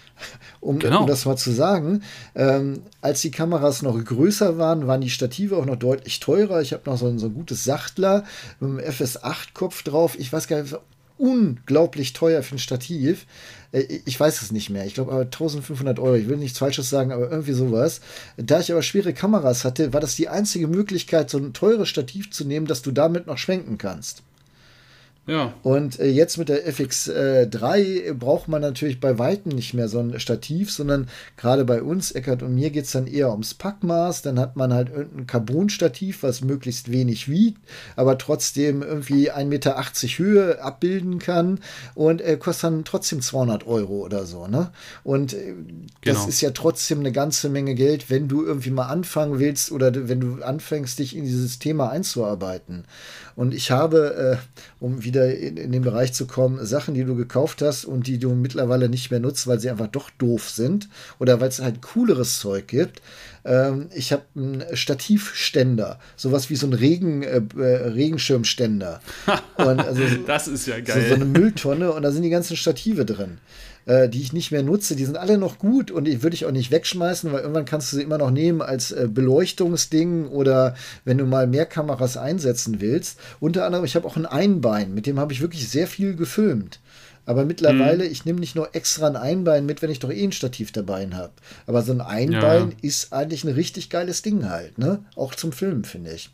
[SPEAKER 1] Um, genau. um das mal zu sagen, ähm, als die Kameras noch größer waren, waren die Stative auch noch deutlich teurer. Ich habe noch so ein, so ein gutes Sachtler mit einem F S acht Kopf drauf. Ich weiß gar nicht, unglaublich teuer für ein Stativ. Äh, ich weiß es nicht mehr. Ich glaube aber eintausendfünfhundert Euro. Ich will nichts Falsches sagen, aber irgendwie sowas. Da ich aber schwere Kameras hatte, war das die einzige Möglichkeit, so ein teures Stativ zu nehmen, dass du damit noch schwenken kannst.
[SPEAKER 2] Ja.
[SPEAKER 1] Und äh, jetzt mit der F X drei braucht man natürlich bei Weitem nicht mehr so ein Stativ, sondern gerade bei uns, Eckart und mir, geht es dann eher ums Packmaß. Dann hat man halt irgendein Carbon-Stativ, was möglichst wenig wiegt, aber trotzdem irgendwie ein Meter achtzig Höhe abbilden kann und äh, kostet dann trotzdem zweihundert Euro oder so. Ne? Und äh, das
[SPEAKER 2] Genau.
[SPEAKER 1] ist ja trotzdem eine ganze Menge Geld, wenn du irgendwie mal anfangen willst oder wenn du anfängst, dich in dieses Thema einzuarbeiten. Und ich habe, äh, um wieder in, in den Bereich zu kommen, Sachen, die du gekauft hast und die du mittlerweile nicht mehr nutzt, weil sie einfach doch doof sind oder weil es halt cooleres Zeug gibt. Ähm, ich habe einen Stativständer, sowas wie so ein Regen, äh, Regenschirmständer. Und also,
[SPEAKER 2] das ist ja
[SPEAKER 1] so,
[SPEAKER 2] geil.
[SPEAKER 1] so eine Mülltonne und da sind die ganzen Stative drin, äh, die ich nicht mehr nutze. Die sind alle noch gut und die würde ich auch nicht wegschmeißen, weil irgendwann kannst du sie immer noch nehmen als äh, Beleuchtungsding oder wenn du mal mehr Kameras einsetzen willst. Unter anderem, ich habe auch ein Einbein, mit dem habe ich wirklich sehr viel gefilmt. Aber mittlerweile,
[SPEAKER 2] Mhm.
[SPEAKER 1] ich nehme nicht nur extra ein Einbein mit, wenn ich doch eh ein Stativ dabei habe. Aber so ein Einbein
[SPEAKER 2] Ja.
[SPEAKER 1] ist eigentlich ein richtig geiles Ding halt, ne? Auch zum Filmen, finde ich.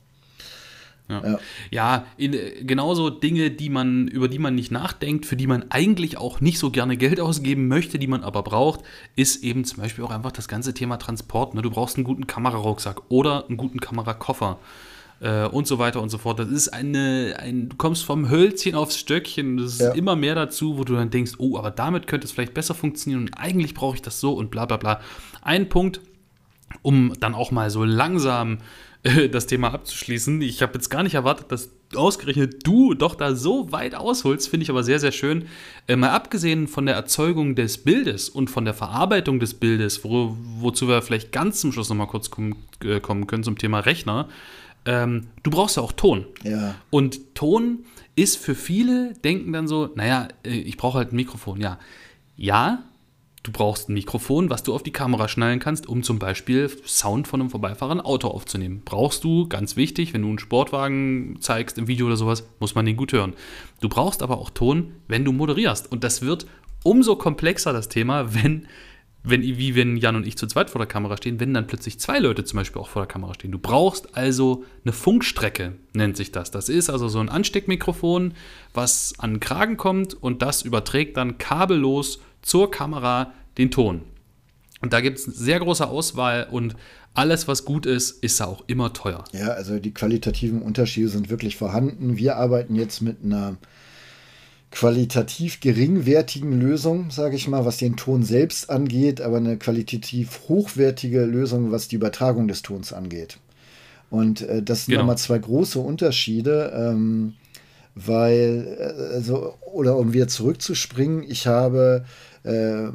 [SPEAKER 2] Ja,
[SPEAKER 1] Ja.
[SPEAKER 2] ja in, genauso Dinge, die man, über die man nicht nachdenkt, für die man eigentlich auch nicht so gerne Geld ausgeben möchte, die man aber braucht, ist eben zum Beispiel auch einfach das ganze Thema Transport. Ne? Du brauchst einen guten Kamerarucksack oder einen guten Kamerakoffer äh, und so weiter und so fort. Das ist eine, ein, du kommst vom Hölzchen aufs Stöckchen, das ist
[SPEAKER 1] Ja.
[SPEAKER 2] immer mehr dazu, wo du dann denkst, oh, aber damit könnte es vielleicht besser funktionieren und eigentlich brauche ich das so und bla bla bla. Ein Punkt, um dann auch mal so langsam äh, das Thema abzuschließen. Ich habe jetzt gar nicht erwartet, dass ausgerechnet du doch da so weit ausholst, finde ich aber sehr, sehr schön. Äh, mal abgesehen von der Erzeugung des Bildes und von der Verarbeitung des Bildes, wo, wozu wir vielleicht ganz zum Schluss nochmal kurz kommen, äh, kommen können zum Thema Rechner, ähm, du brauchst ja auch Ton.
[SPEAKER 1] Ja.
[SPEAKER 2] Und Ton ist für viele, denken dann so, naja, äh, ich brauche halt ein Mikrofon. Ja, ja, du brauchst ein Mikrofon, was du auf die Kamera schnallen kannst, um zum Beispiel Sound von einem vorbeifahrenden Auto aufzunehmen. Brauchst du, ganz wichtig, wenn du einen Sportwagen zeigst im Video oder sowas, muss man den gut hören. Du brauchst aber auch Ton, wenn du moderierst. Und das wird umso komplexer, das Thema, wenn, wenn wie wenn Jan und ich zu zweit vor der Kamera stehen, wenn dann plötzlich zwei Leute zum Beispiel auch vor der Kamera stehen. Du brauchst also eine Funkstrecke, nennt sich das. Das ist also so ein Ansteckmikrofon, was an den Kragen kommt und das überträgt dann kabellos zur Kamera den Ton. Und da gibt es eine sehr große Auswahl und alles, was gut ist, ist ja auch immer teuer.
[SPEAKER 1] Ja, also die qualitativen Unterschiede sind wirklich vorhanden. Wir arbeiten jetzt mit einer qualitativ geringwertigen Lösung, sage ich mal, was den Ton selbst angeht, aber eine qualitativ hochwertige Lösung, was die Übertragung des Tons angeht. Und äh, das sind
[SPEAKER 2] Genau.
[SPEAKER 1] nochmal zwei große Unterschiede, ähm, weil, äh, also, oder um wieder zurückzuspringen, ich habe, äh,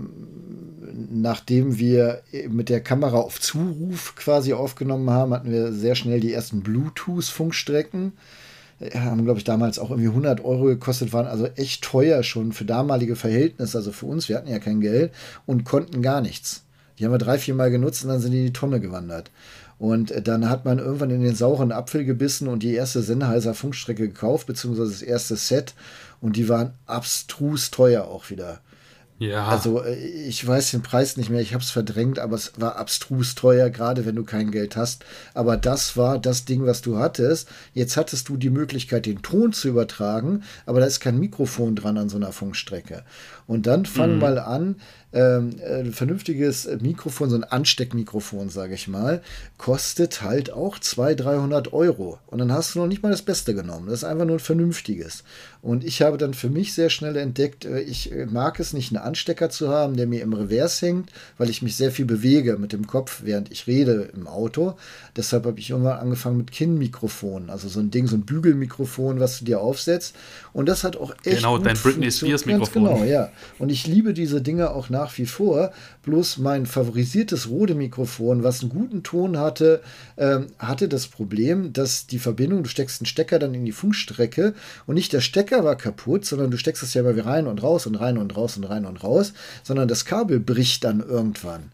[SPEAKER 1] nachdem wir mit der Kamera auf Zuruf quasi aufgenommen haben, hatten wir sehr schnell die ersten Bluetooth-Funkstrecken. Haben, glaube ich, damals auch irgendwie hundert Euro gekostet, waren also echt teuer schon für damalige Verhältnisse, also für uns, wir hatten ja kein Geld und konnten gar nichts. Die haben wir drei, vier Mal genutzt und dann sind die in die Tonne gewandert. Und dann hat man irgendwann in den sauren Apfel gebissen und die erste Sennheiser Funkstrecke gekauft, beziehungsweise das erste Set und die waren abstrus teuer auch wieder.
[SPEAKER 2] Ja.
[SPEAKER 1] Also ich weiß den Preis nicht mehr, ich habe es verdrängt, aber es war abstrus teuer, gerade wenn du kein Geld hast. Aber das war das Ding, was du hattest. Jetzt hattest du die Möglichkeit, den Ton zu übertragen, aber da ist kein Mikrofon dran an so einer Funkstrecke. Und dann fang
[SPEAKER 2] Mhm.
[SPEAKER 1] mal an, ähm, ein vernünftiges Mikrofon, so ein Ansteckmikrofon, sage ich mal, kostet halt auch zweihundert, dreihundert Euro. Und dann hast du noch nicht mal das Beste genommen. Das ist einfach nur ein vernünftiges. Und ich habe dann für mich sehr schnell entdeckt, äh, ich äh, mag es nicht, einen Anstecker zu haben, der mir im Revers hängt, weil ich mich sehr viel bewege mit dem Kopf, während ich rede im Auto. Deshalb habe ich irgendwann angefangen mit Kinnmikrofonen, also so ein Ding, so ein Bügelmikrofon, was du dir aufsetzt. Und das hat auch echt
[SPEAKER 2] Genau,
[SPEAKER 1] gut
[SPEAKER 2] dein Britney
[SPEAKER 1] funktioniert.
[SPEAKER 2] Spears Mikrofon.
[SPEAKER 1] Ganz genau, ja. Und ich liebe diese Dinge auch nach wie vor. Bloß mein favorisiertes Rode-Mikrofon, was einen guten Ton hatte, ähm, hatte das Problem, dass die Verbindung, du steckst einen Stecker dann in die Funkstrecke und nicht der Stecker war kaputt, sondern du steckst es ja immer wieder rein und raus und rein und raus und rein und raus, sondern das Kabel bricht dann irgendwann.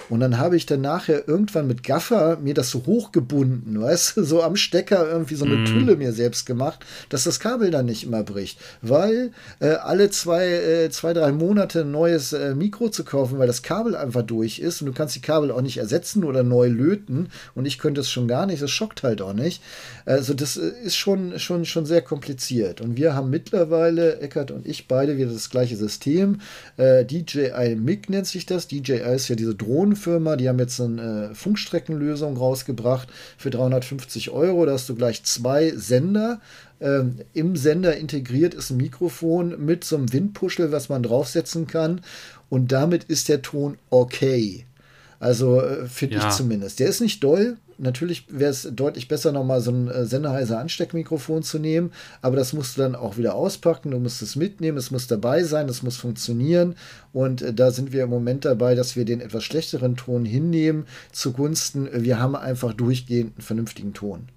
[SPEAKER 1] Und dann habe ich dann nachher irgendwann mit Gaffer mir das so hochgebunden, weißt du, so am Stecker irgendwie so eine mm. Tülle mir selbst gemacht, dass das Kabel dann nicht immer bricht. Weil äh, alle zwei, äh, zwei, drei Monate ein neues äh, Mikro zu kaufen, weil das Kabel einfach durch ist und du kannst die Kabel auch nicht ersetzen oder neu löten und ich könnte es schon gar nicht, das schockt halt auch nicht. Also das ist schon, schon, schon sehr kompliziert. Und wir haben mittlerweile, Eckart und ich, beide wieder das gleiche System. Äh, D J I M I C nennt sich das. D J I ist ja diese Drohnenfirma, die haben jetzt eine äh, Funkstreckenlösung rausgebracht für dreihundertfünfzig Euro. Da hast du gleich zwei Sender. Ähm, im Sender integriert ist ein Mikrofon mit so einem Windpuschel, was man draufsetzen kann. Und damit ist der Ton okay. Also äh, finde ja. ich zumindest. Der ist nicht doll. Natürlich wäre es deutlich besser, nochmal so ein äh, Sennheiser Ansteckmikrofon zu nehmen, aber das musst du dann auch wieder auspacken, du musst es mitnehmen, es muss dabei sein, es muss funktionieren und äh, da sind wir im Moment dabei, dass wir den etwas schlechteren Ton hinnehmen zugunsten, äh, wir haben einfach durchgehend einen vernünftigen Ton.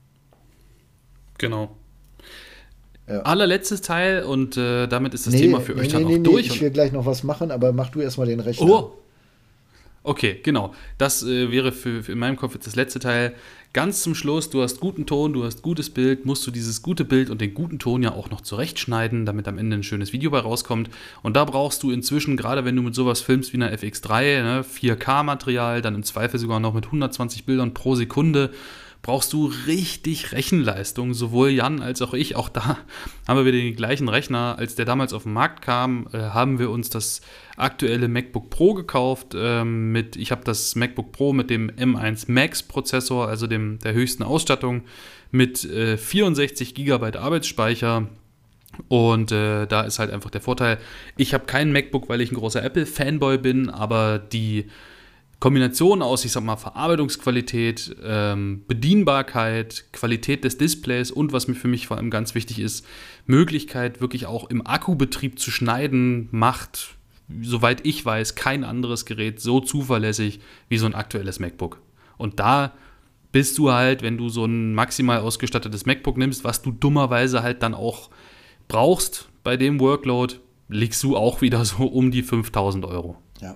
[SPEAKER 2] Genau. Ja. Allerletztes Teil und äh, damit ist das
[SPEAKER 1] nee,
[SPEAKER 2] Thema für
[SPEAKER 1] nee,
[SPEAKER 2] euch
[SPEAKER 1] nee,
[SPEAKER 2] dann
[SPEAKER 1] nee,
[SPEAKER 2] auch durch.
[SPEAKER 1] Ich will gleich noch was machen, aber mach du erstmal den Rechner.
[SPEAKER 2] Oh! Okay, genau. Das äh, wäre für, für in meinem Kopf jetzt das letzte Teil. Ganz zum Schluss, du hast guten Ton, du hast gutes Bild, musst du dieses gute Bild und den guten Ton ja auch noch zurechtschneiden, damit am Ende ein schönes Video bei rauskommt. Und da brauchst du inzwischen, gerade wenn du mit sowas filmst wie einer F X drei, ne, vier K-Material, dann im Zweifel sogar noch mit hundertzwanzig Bildern pro Sekunde, brauchst du richtig Rechenleistung, sowohl Jan als auch ich. Auch da haben wir den gleichen Rechner. Als der damals auf den Markt kam, äh, haben wir uns das aktuelle MacBook Pro gekauft. Ähm, mit, ich habe das MacBook Pro mit dem M eins Max Prozessor, also dem, der höchsten Ausstattung, mit äh, vierundsechzig Gigabyte Arbeitsspeicher. Und äh, da ist halt einfach der Vorteil, ich habe kein MacBook, weil ich ein großer Apple-Fanboy bin, aber die Kombination aus, ich sag mal, Verarbeitungsqualität, ähm, Bedienbarkeit, Qualität des Displays und was mir für mich vor allem ganz wichtig ist, Möglichkeit wirklich auch im Akkubetrieb zu schneiden, macht, soweit ich weiß, kein anderes Gerät so zuverlässig wie so ein aktuelles MacBook. Und da bist du halt, wenn du so ein maximal ausgestattetes MacBook nimmst, was du dummerweise halt dann auch brauchst bei dem Workload, liegst du auch wieder so um die fünftausend Euro.
[SPEAKER 1] Ja.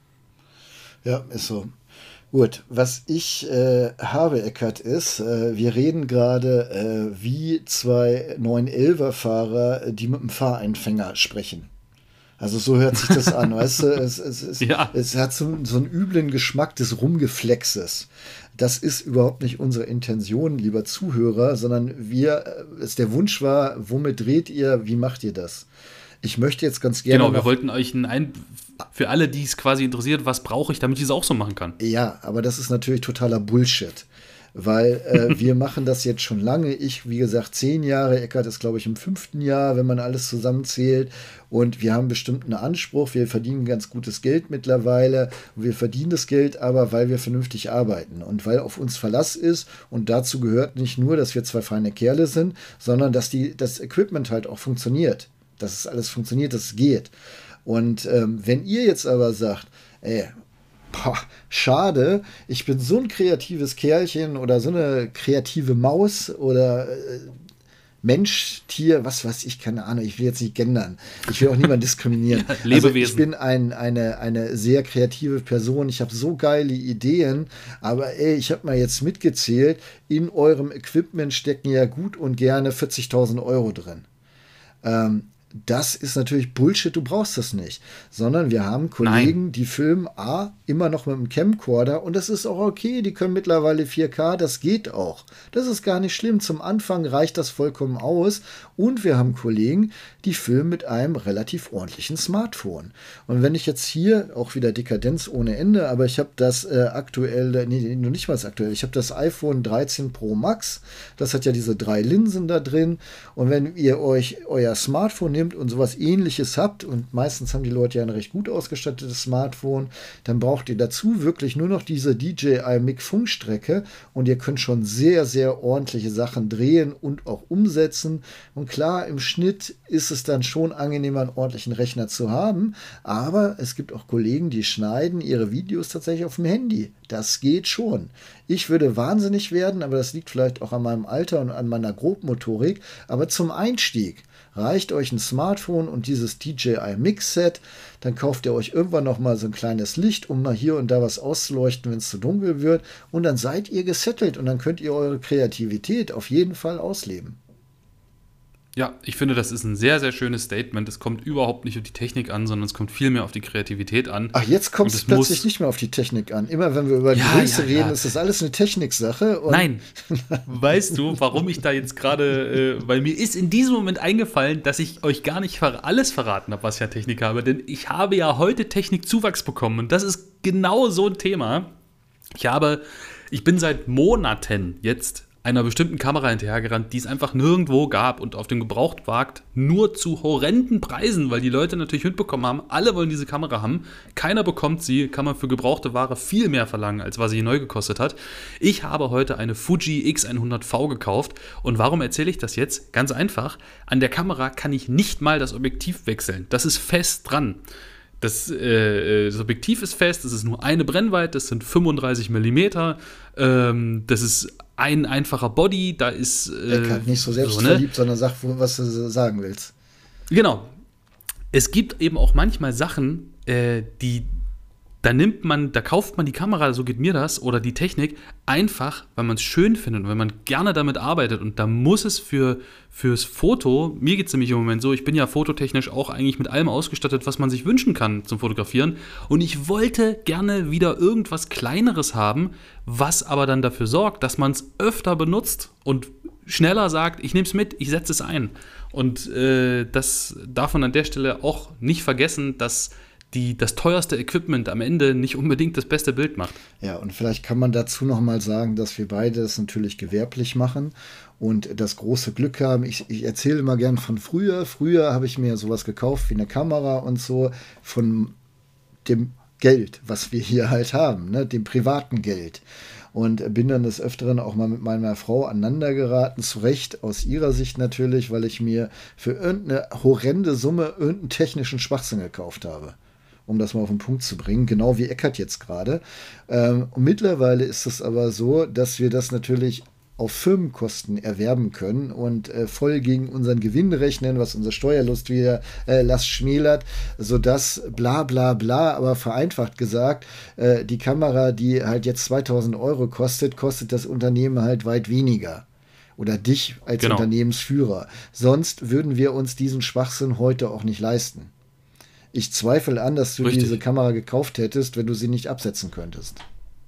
[SPEAKER 1] Ja, ist so. Gut, was ich äh, habe, Eckart, ist, äh, wir reden gerade äh, wie zwei neun elfer Fahrer, die mit dem Fahreinfänger sprechen. Also so hört sich das an, weißt du? Es, es, es, ja. es hat so, so einen üblen Geschmack des Rumgeflexes. Das ist überhaupt nicht unsere Intention, lieber Zuhörer, sondern wir, es der Wunsch war, womit dreht ihr, wie macht ihr das? Ich möchte jetzt ganz gerne.
[SPEAKER 2] Genau, wir wollten euch ein, ein für alle, die es quasi interessiert, was brauche ich, damit ich es auch so machen kann.
[SPEAKER 1] Ja, aber das ist natürlich totaler Bullshit. Weil äh, wir machen das jetzt schon lange. Ich, wie gesagt, zehn Jahre. Eckart ist, glaube ich, im fünften Jahr, wenn man alles zusammenzählt. Und wir haben bestimmt einen Anspruch. Wir verdienen ganz gutes Geld mittlerweile. Und wir verdienen das Geld aber, weil wir vernünftig arbeiten. Und weil auf uns Verlass ist. Und dazu gehört nicht nur, dass wir zwei feine Kerle sind, sondern dass die, das Equipment halt auch funktioniert. Dass es alles funktioniert, dass es geht. Und ähm, wenn ihr jetzt aber sagt, ey, boah, schade, ich bin so ein kreatives Kerlchen oder so eine kreative Maus oder äh, Mensch, Tier, was weiß ich, keine Ahnung, ich will jetzt nicht gendern. Ich will auch niemanden diskriminieren.
[SPEAKER 2] Ja, Lebewesen.
[SPEAKER 1] Also ich bin ein, eine, eine sehr kreative Person, ich habe so geile Ideen, aber ey, ich habe mal jetzt mitgezählt, in eurem Equipment stecken ja gut und gerne vierzigtausend Euro drin. Ähm, Das ist natürlich Bullshit, du brauchst das nicht. Sondern wir haben Kollegen, Nein. die filmen A, immer noch mit einem Camcorder und das ist auch okay, die können mittlerweile vier K, das geht auch. Das ist gar nicht schlimm, zum Anfang reicht das vollkommen aus und wir haben Kollegen, die filmen mit einem relativ ordentlichen Smartphone. Und wenn ich jetzt hier, auch wieder Dekadenz ohne Ende, aber ich habe das äh, aktuell, nee, nur nicht mal das aktuell, ich habe das iPhone dreizehn Pro Max, das hat ja diese drei Linsen da drin und wenn ihr euch euer Smartphone nehmt und sowas Ähnliches habt, und meistens haben die Leute ja ein recht gut ausgestattetes Smartphone, dann braucht ihr dazu wirklich nur noch diese D J I M I C Funkstrecke und ihr könnt schon sehr, sehr ordentliche Sachen drehen und auch umsetzen. Und klar, im Schnitt ist es dann schon angenehmer, einen ordentlichen Rechner zu haben, aber es gibt auch Kollegen, die schneiden ihre Videos tatsächlich auf dem Handy. Das geht schon. Ich würde wahnsinnig werden, aber das liegt vielleicht auch an meinem Alter und an meiner Grobmotorik, aber zum Einstieg Reicht euch ein Smartphone und dieses D J I Mix-Set, dann kauft ihr euch irgendwann noch mal so ein kleines Licht, um mal hier und da was auszuleuchten, wenn es zu dunkel wird. Und dann seid ihr gesettelt und dann könnt ihr eure Kreativität auf jeden Fall ausleben.
[SPEAKER 2] Ja, ich finde, das ist ein sehr, sehr schönes Statement. Es kommt überhaupt nicht auf die Technik an, sondern es kommt viel mehr auf die Kreativität an.
[SPEAKER 1] Ach, jetzt kommt es plötzlich nicht mehr auf die Technik an. Immer wenn wir über die
[SPEAKER 2] ja,
[SPEAKER 1] Größe
[SPEAKER 2] ja,
[SPEAKER 1] reden,
[SPEAKER 2] ja.
[SPEAKER 1] ist das alles eine Techniksache. Und
[SPEAKER 2] Nein, weißt du, warum ich da jetzt gerade, äh, weil mir ist in diesem Moment eingefallen, dass ich euch gar nicht ver- alles verraten habe, was ich an Technik habe, denn ich habe ja heute Technikzuwachs bekommen und das ist genau so ein Thema. Ich habe, ich bin seit Monaten jetzt einer bestimmten Kamera hinterhergerannt, die es einfach nirgendwo gab und auf dem Gebrauchtmarkt nur zu horrenden Preisen, weil die Leute natürlich mitbekommen haben, alle wollen diese Kamera haben, keiner bekommt sie, kann man für gebrauchte Ware viel mehr verlangen, als was sie neu gekostet hat. Ich habe heute eine Fuji X hundert V gekauft und warum erzähle ich das jetzt? Ganz einfach, an der Kamera kann ich nicht mal das Objektiv wechseln, das ist fest dran. Das, äh, das Objektiv ist fest, es ist nur eine Brennweite, das sind fünfunddreißig Millimeter, ähm, das ist ein einfacher Body, da ist... Äh,
[SPEAKER 1] Eckart, nicht so selbstverliebt, so, ne? sondern sag, was du sagen willst.
[SPEAKER 2] Genau. Es gibt eben auch manchmal Sachen, äh, die, da nimmt man, da kauft man die Kamera, so geht mir das, oder die Technik, einfach, weil man es schön findet und wenn man gerne damit arbeitet und da muss es für, fürs Foto, mir geht es nämlich im Moment so, ich bin ja fototechnisch auch eigentlich mit allem ausgestattet, was man sich wünschen kann zum Fotografieren und ich wollte gerne wieder irgendwas Kleineres haben, was aber dann dafür sorgt, dass man es öfter benutzt und schneller sagt, ich nehme es mit, ich setze es ein. Und äh, das darf man an der Stelle auch nicht vergessen, dass die, das teuerste Equipment am Ende nicht unbedingt das beste Bild macht.
[SPEAKER 1] Ja, und vielleicht kann man dazu noch mal sagen, dass wir beide das natürlich gewerblich machen und das große Glück haben. Ich, ich erzähle immer gern von früher. Früher habe ich mir sowas gekauft wie eine Kamera und so von dem Geld, was wir hier halt haben, ne, dem privaten Geld. Und bin dann des Öfteren auch mal mit meiner Frau aneinander geraten, zu Recht aus ihrer Sicht natürlich, weil ich mir für irgendeine horrende Summe irgendeinen technischen Schwachsinn gekauft habe. Um das mal auf den Punkt zu bringen, genau wie Eckart jetzt gerade. Ähm, und mittlerweile ist es aber so, dass wir das natürlich auf Firmenkosten erwerben können und äh, voll gegen unseren Gewinn rechnen, was unsere Steuerlust wieder äh, Last schmälert, sodass bla bla bla, aber vereinfacht gesagt, äh, die Kamera, die halt jetzt zweitausend Euro kostet, kostet das Unternehmen halt weit weniger. Oder dich als
[SPEAKER 2] genau.
[SPEAKER 1] Unternehmensführer. Sonst würden wir uns diesen Schwachsinn heute auch nicht leisten. Ich zweifle an, dass du
[SPEAKER 2] Richtig.
[SPEAKER 1] diese Kamera gekauft hättest, wenn du sie nicht absetzen könntest.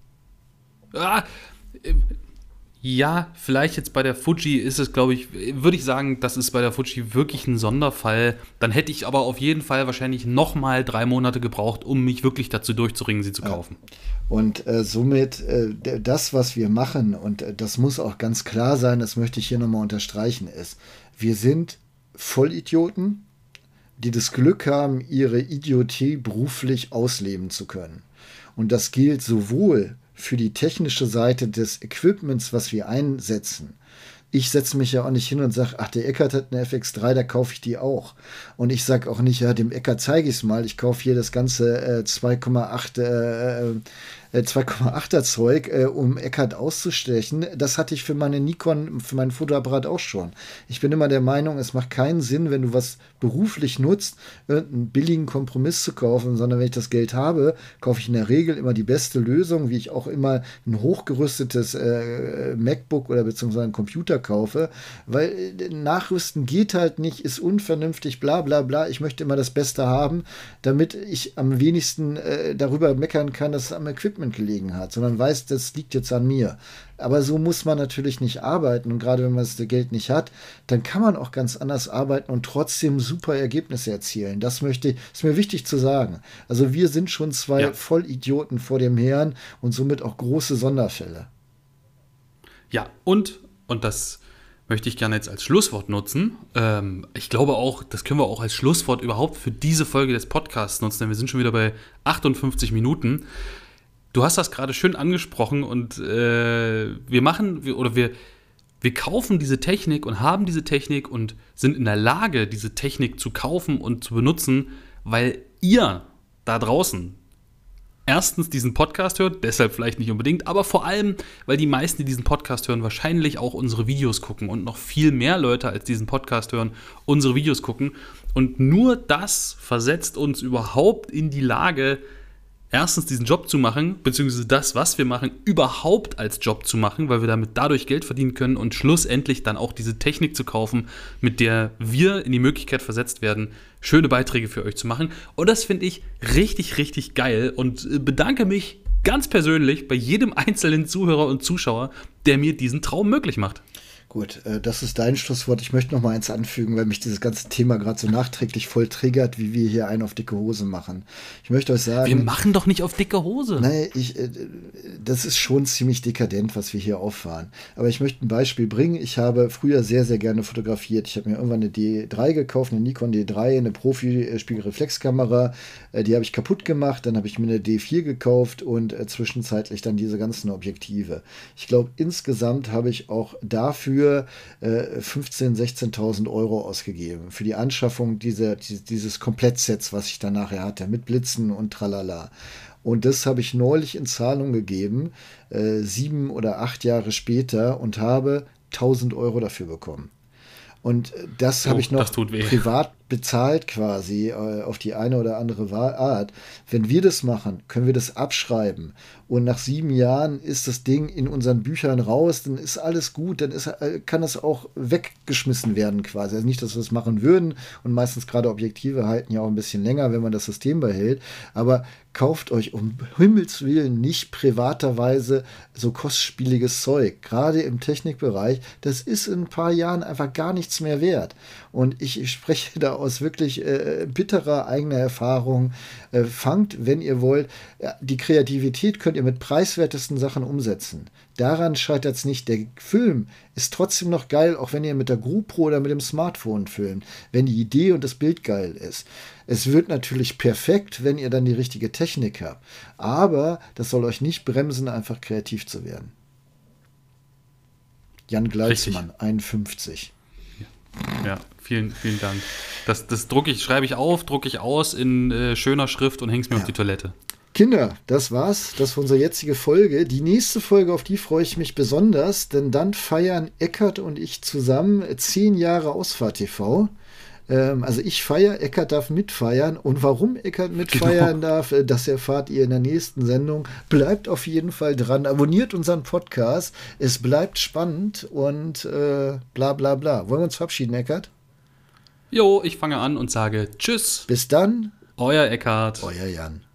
[SPEAKER 2] Ah, äh, ja, vielleicht jetzt bei der Fuji ist es, glaube ich, würde ich sagen, das ist bei der Fuji wirklich ein Sonderfall. Dann hätte ich aber auf jeden Fall wahrscheinlich noch mal drei Monate gebraucht, um mich wirklich dazu durchzuringen, sie zu kaufen.
[SPEAKER 1] Ja. Und äh, somit äh, das, was wir machen, und äh, das muss auch ganz klar sein, das möchte ich hier nochmal unterstreichen, ist, wir sind Vollidioten, die das Glück haben, ihre Idiotie beruflich ausleben zu können. Und das gilt sowohl für die technische Seite des Equipments, was wir einsetzen. Ich setze mich ja auch nicht hin und sage, ach, der Eckart hat eine F X drei, da kaufe ich die auch. Und ich sage auch nicht, ja, dem Eckart zeige ich es mal, ich kaufe hier das ganze äh, zwei Komma acht äh, zwei Komma achter Zeug, äh, um Eckart auszustechen. Das hatte ich für meine Nikon, für meinen Fotoapparat auch schon. Ich bin immer der Meinung, es macht keinen Sinn, wenn du was beruflich nutzt, irgendeinen billigen Kompromiss zu kaufen, sondern wenn ich das Geld habe, kaufe ich in der Regel immer die beste Lösung, wie ich auch immer ein hochgerüstetes äh, MacBook oder beziehungsweise einen Computer kaufe, weil äh, Nachrüsten geht halt nicht, ist unvernünftig, bla bla bla. Ich möchte immer das Beste haben, damit ich am wenigsten äh, darüber meckern kann, dass es am Equipment gelegen hat, sondern weiß, das liegt jetzt an mir. Aber so muss man natürlich nicht arbeiten und gerade wenn man das Geld nicht hat, dann kann man auch ganz anders arbeiten und trotzdem super Ergebnisse erzielen. Das möchte ich, ist mir wichtig zu sagen. Also wir sind schon zwei ja. Vollidioten vor dem Herrn und somit auch große Sonderfälle.
[SPEAKER 2] Ja, und, und das möchte ich gerne jetzt als Schlusswort nutzen. Ähm, ich glaube auch, das können wir auch als Schlusswort überhaupt für diese Folge des Podcasts nutzen, denn wir sind schon wieder bei achtundfünfzig Minuten. Du hast das gerade schön angesprochen und äh, wir machen, wir, oder wir, wir kaufen diese Technik und haben diese Technik und sind in der Lage, diese Technik zu kaufen und zu benutzen, weil ihr da draußen erstens diesen Podcast hört, deshalb vielleicht nicht unbedingt, aber vor allem, weil die meisten, die diesen Podcast hören, wahrscheinlich auch unsere Videos gucken und noch viel mehr Leute als diesen Podcast hören, unsere Videos gucken. Und nur das versetzt uns überhaupt in die Lage, erstens diesen Job zu machen, beziehungsweise das, was wir machen, überhaupt als Job zu machen, weil wir damit dadurch Geld verdienen können und schlussendlich dann auch diese Technik zu kaufen, mit der wir in die Möglichkeit versetzt werden, schöne Beiträge für euch zu machen. Und das finde ich richtig, richtig geil und bedanke mich ganz persönlich bei jedem einzelnen Zuhörer und Zuschauer, der mir diesen Traum möglich macht.
[SPEAKER 1] Gut, äh, das ist dein Schlusswort. Ich möchte noch mal eins anfügen, weil mich dieses ganze Thema gerade so nachträglich voll triggert, wie wir hier einen auf dicke Hose machen. Ich möchte euch sagen...
[SPEAKER 2] Wir machen doch nicht auf dicke Hose.
[SPEAKER 1] Nein, ich, äh, das ist schon ziemlich dekadent, was wir hier auffahren. Aber ich möchte ein Beispiel bringen. Ich habe früher sehr, sehr gerne fotografiert. Ich habe mir irgendwann eine D drei gekauft, eine Nikon D drei, eine Profi-Spiegelreflexkamera. Äh, die habe ich kaputt gemacht. Dann habe ich mir eine D vier gekauft und äh, zwischenzeitlich dann diese ganzen Objektive. Ich glaube, insgesamt habe ich auch dafür äh, fünfzehntausend, sechzehntausend Euro ausgegeben für die Anschaffung dieser, dieses Komplettsets, was ich dann nachher hatte, mit Blitzen und tralala. Und das habe ich neulich in Zahlung gegeben, äh, sieben oder acht Jahre später, und habe tausend Euro dafür bekommen. Und das
[SPEAKER 2] oh,
[SPEAKER 1] habe ich noch
[SPEAKER 2] privat
[SPEAKER 1] bezahlt quasi äh, auf die eine oder andere Art. Wenn wir das machen, können wir das abschreiben. Und nach sieben Jahren ist das Ding in unseren Büchern raus, dann ist alles gut, dann ist, äh, kann das auch weggeschmissen werden quasi. Also nicht, dass wir das machen würden, und meistens gerade Objektive halten ja auch ein bisschen länger, wenn man das System behält, aber kauft euch um Himmels Willen nicht privaterweise so kostspieliges Zeug. Gerade im Technikbereich, das ist in ein paar Jahren einfach gar nichts mehr wert. Und ich, ich spreche da aus wirklich äh, bitterer eigener Erfahrung. Äh, fangt, wenn ihr wollt, ja, die Kreativität könnt ihr mit preiswertesten Sachen umsetzen. Daran scheitert es nicht. Der Film ist trotzdem noch geil, auch wenn ihr mit der GoPro oder mit dem Smartphone filmt, wenn die Idee und das Bild geil ist. Es wird natürlich perfekt, wenn ihr dann die richtige Technik habt. Aber das soll euch nicht bremsen, einfach kreativ zu werden. Jan Gleitzmann, Richtig. einundfünfzig.
[SPEAKER 2] Ja, vielen, vielen Dank. Das, das drucke ich, schreibe ich auf, drucke ich aus in äh, schöner Schrift und hänge es mir ja. auf die Toilette.
[SPEAKER 1] Kinder, das war's. Das war unsere jetzige Folge. Die nächste Folge, auf die freue ich mich besonders, denn dann feiern Eckart und ich zusammen zehn Jahre Ausfahrt T V. Ähm, also ich feiere, Eckart darf mitfeiern. Und warum Eckart mitfeiern genau. darf, das erfahrt ihr in der nächsten Sendung. Bleibt auf jeden Fall dran. Abonniert unseren Podcast. Es bleibt spannend und äh, bla bla bla. Wollen wir uns verabschieden, Eckart?
[SPEAKER 2] Jo, ich fange an und sage Tschüss.
[SPEAKER 1] Bis dann.
[SPEAKER 2] Euer Eckart.
[SPEAKER 1] Euer Jan.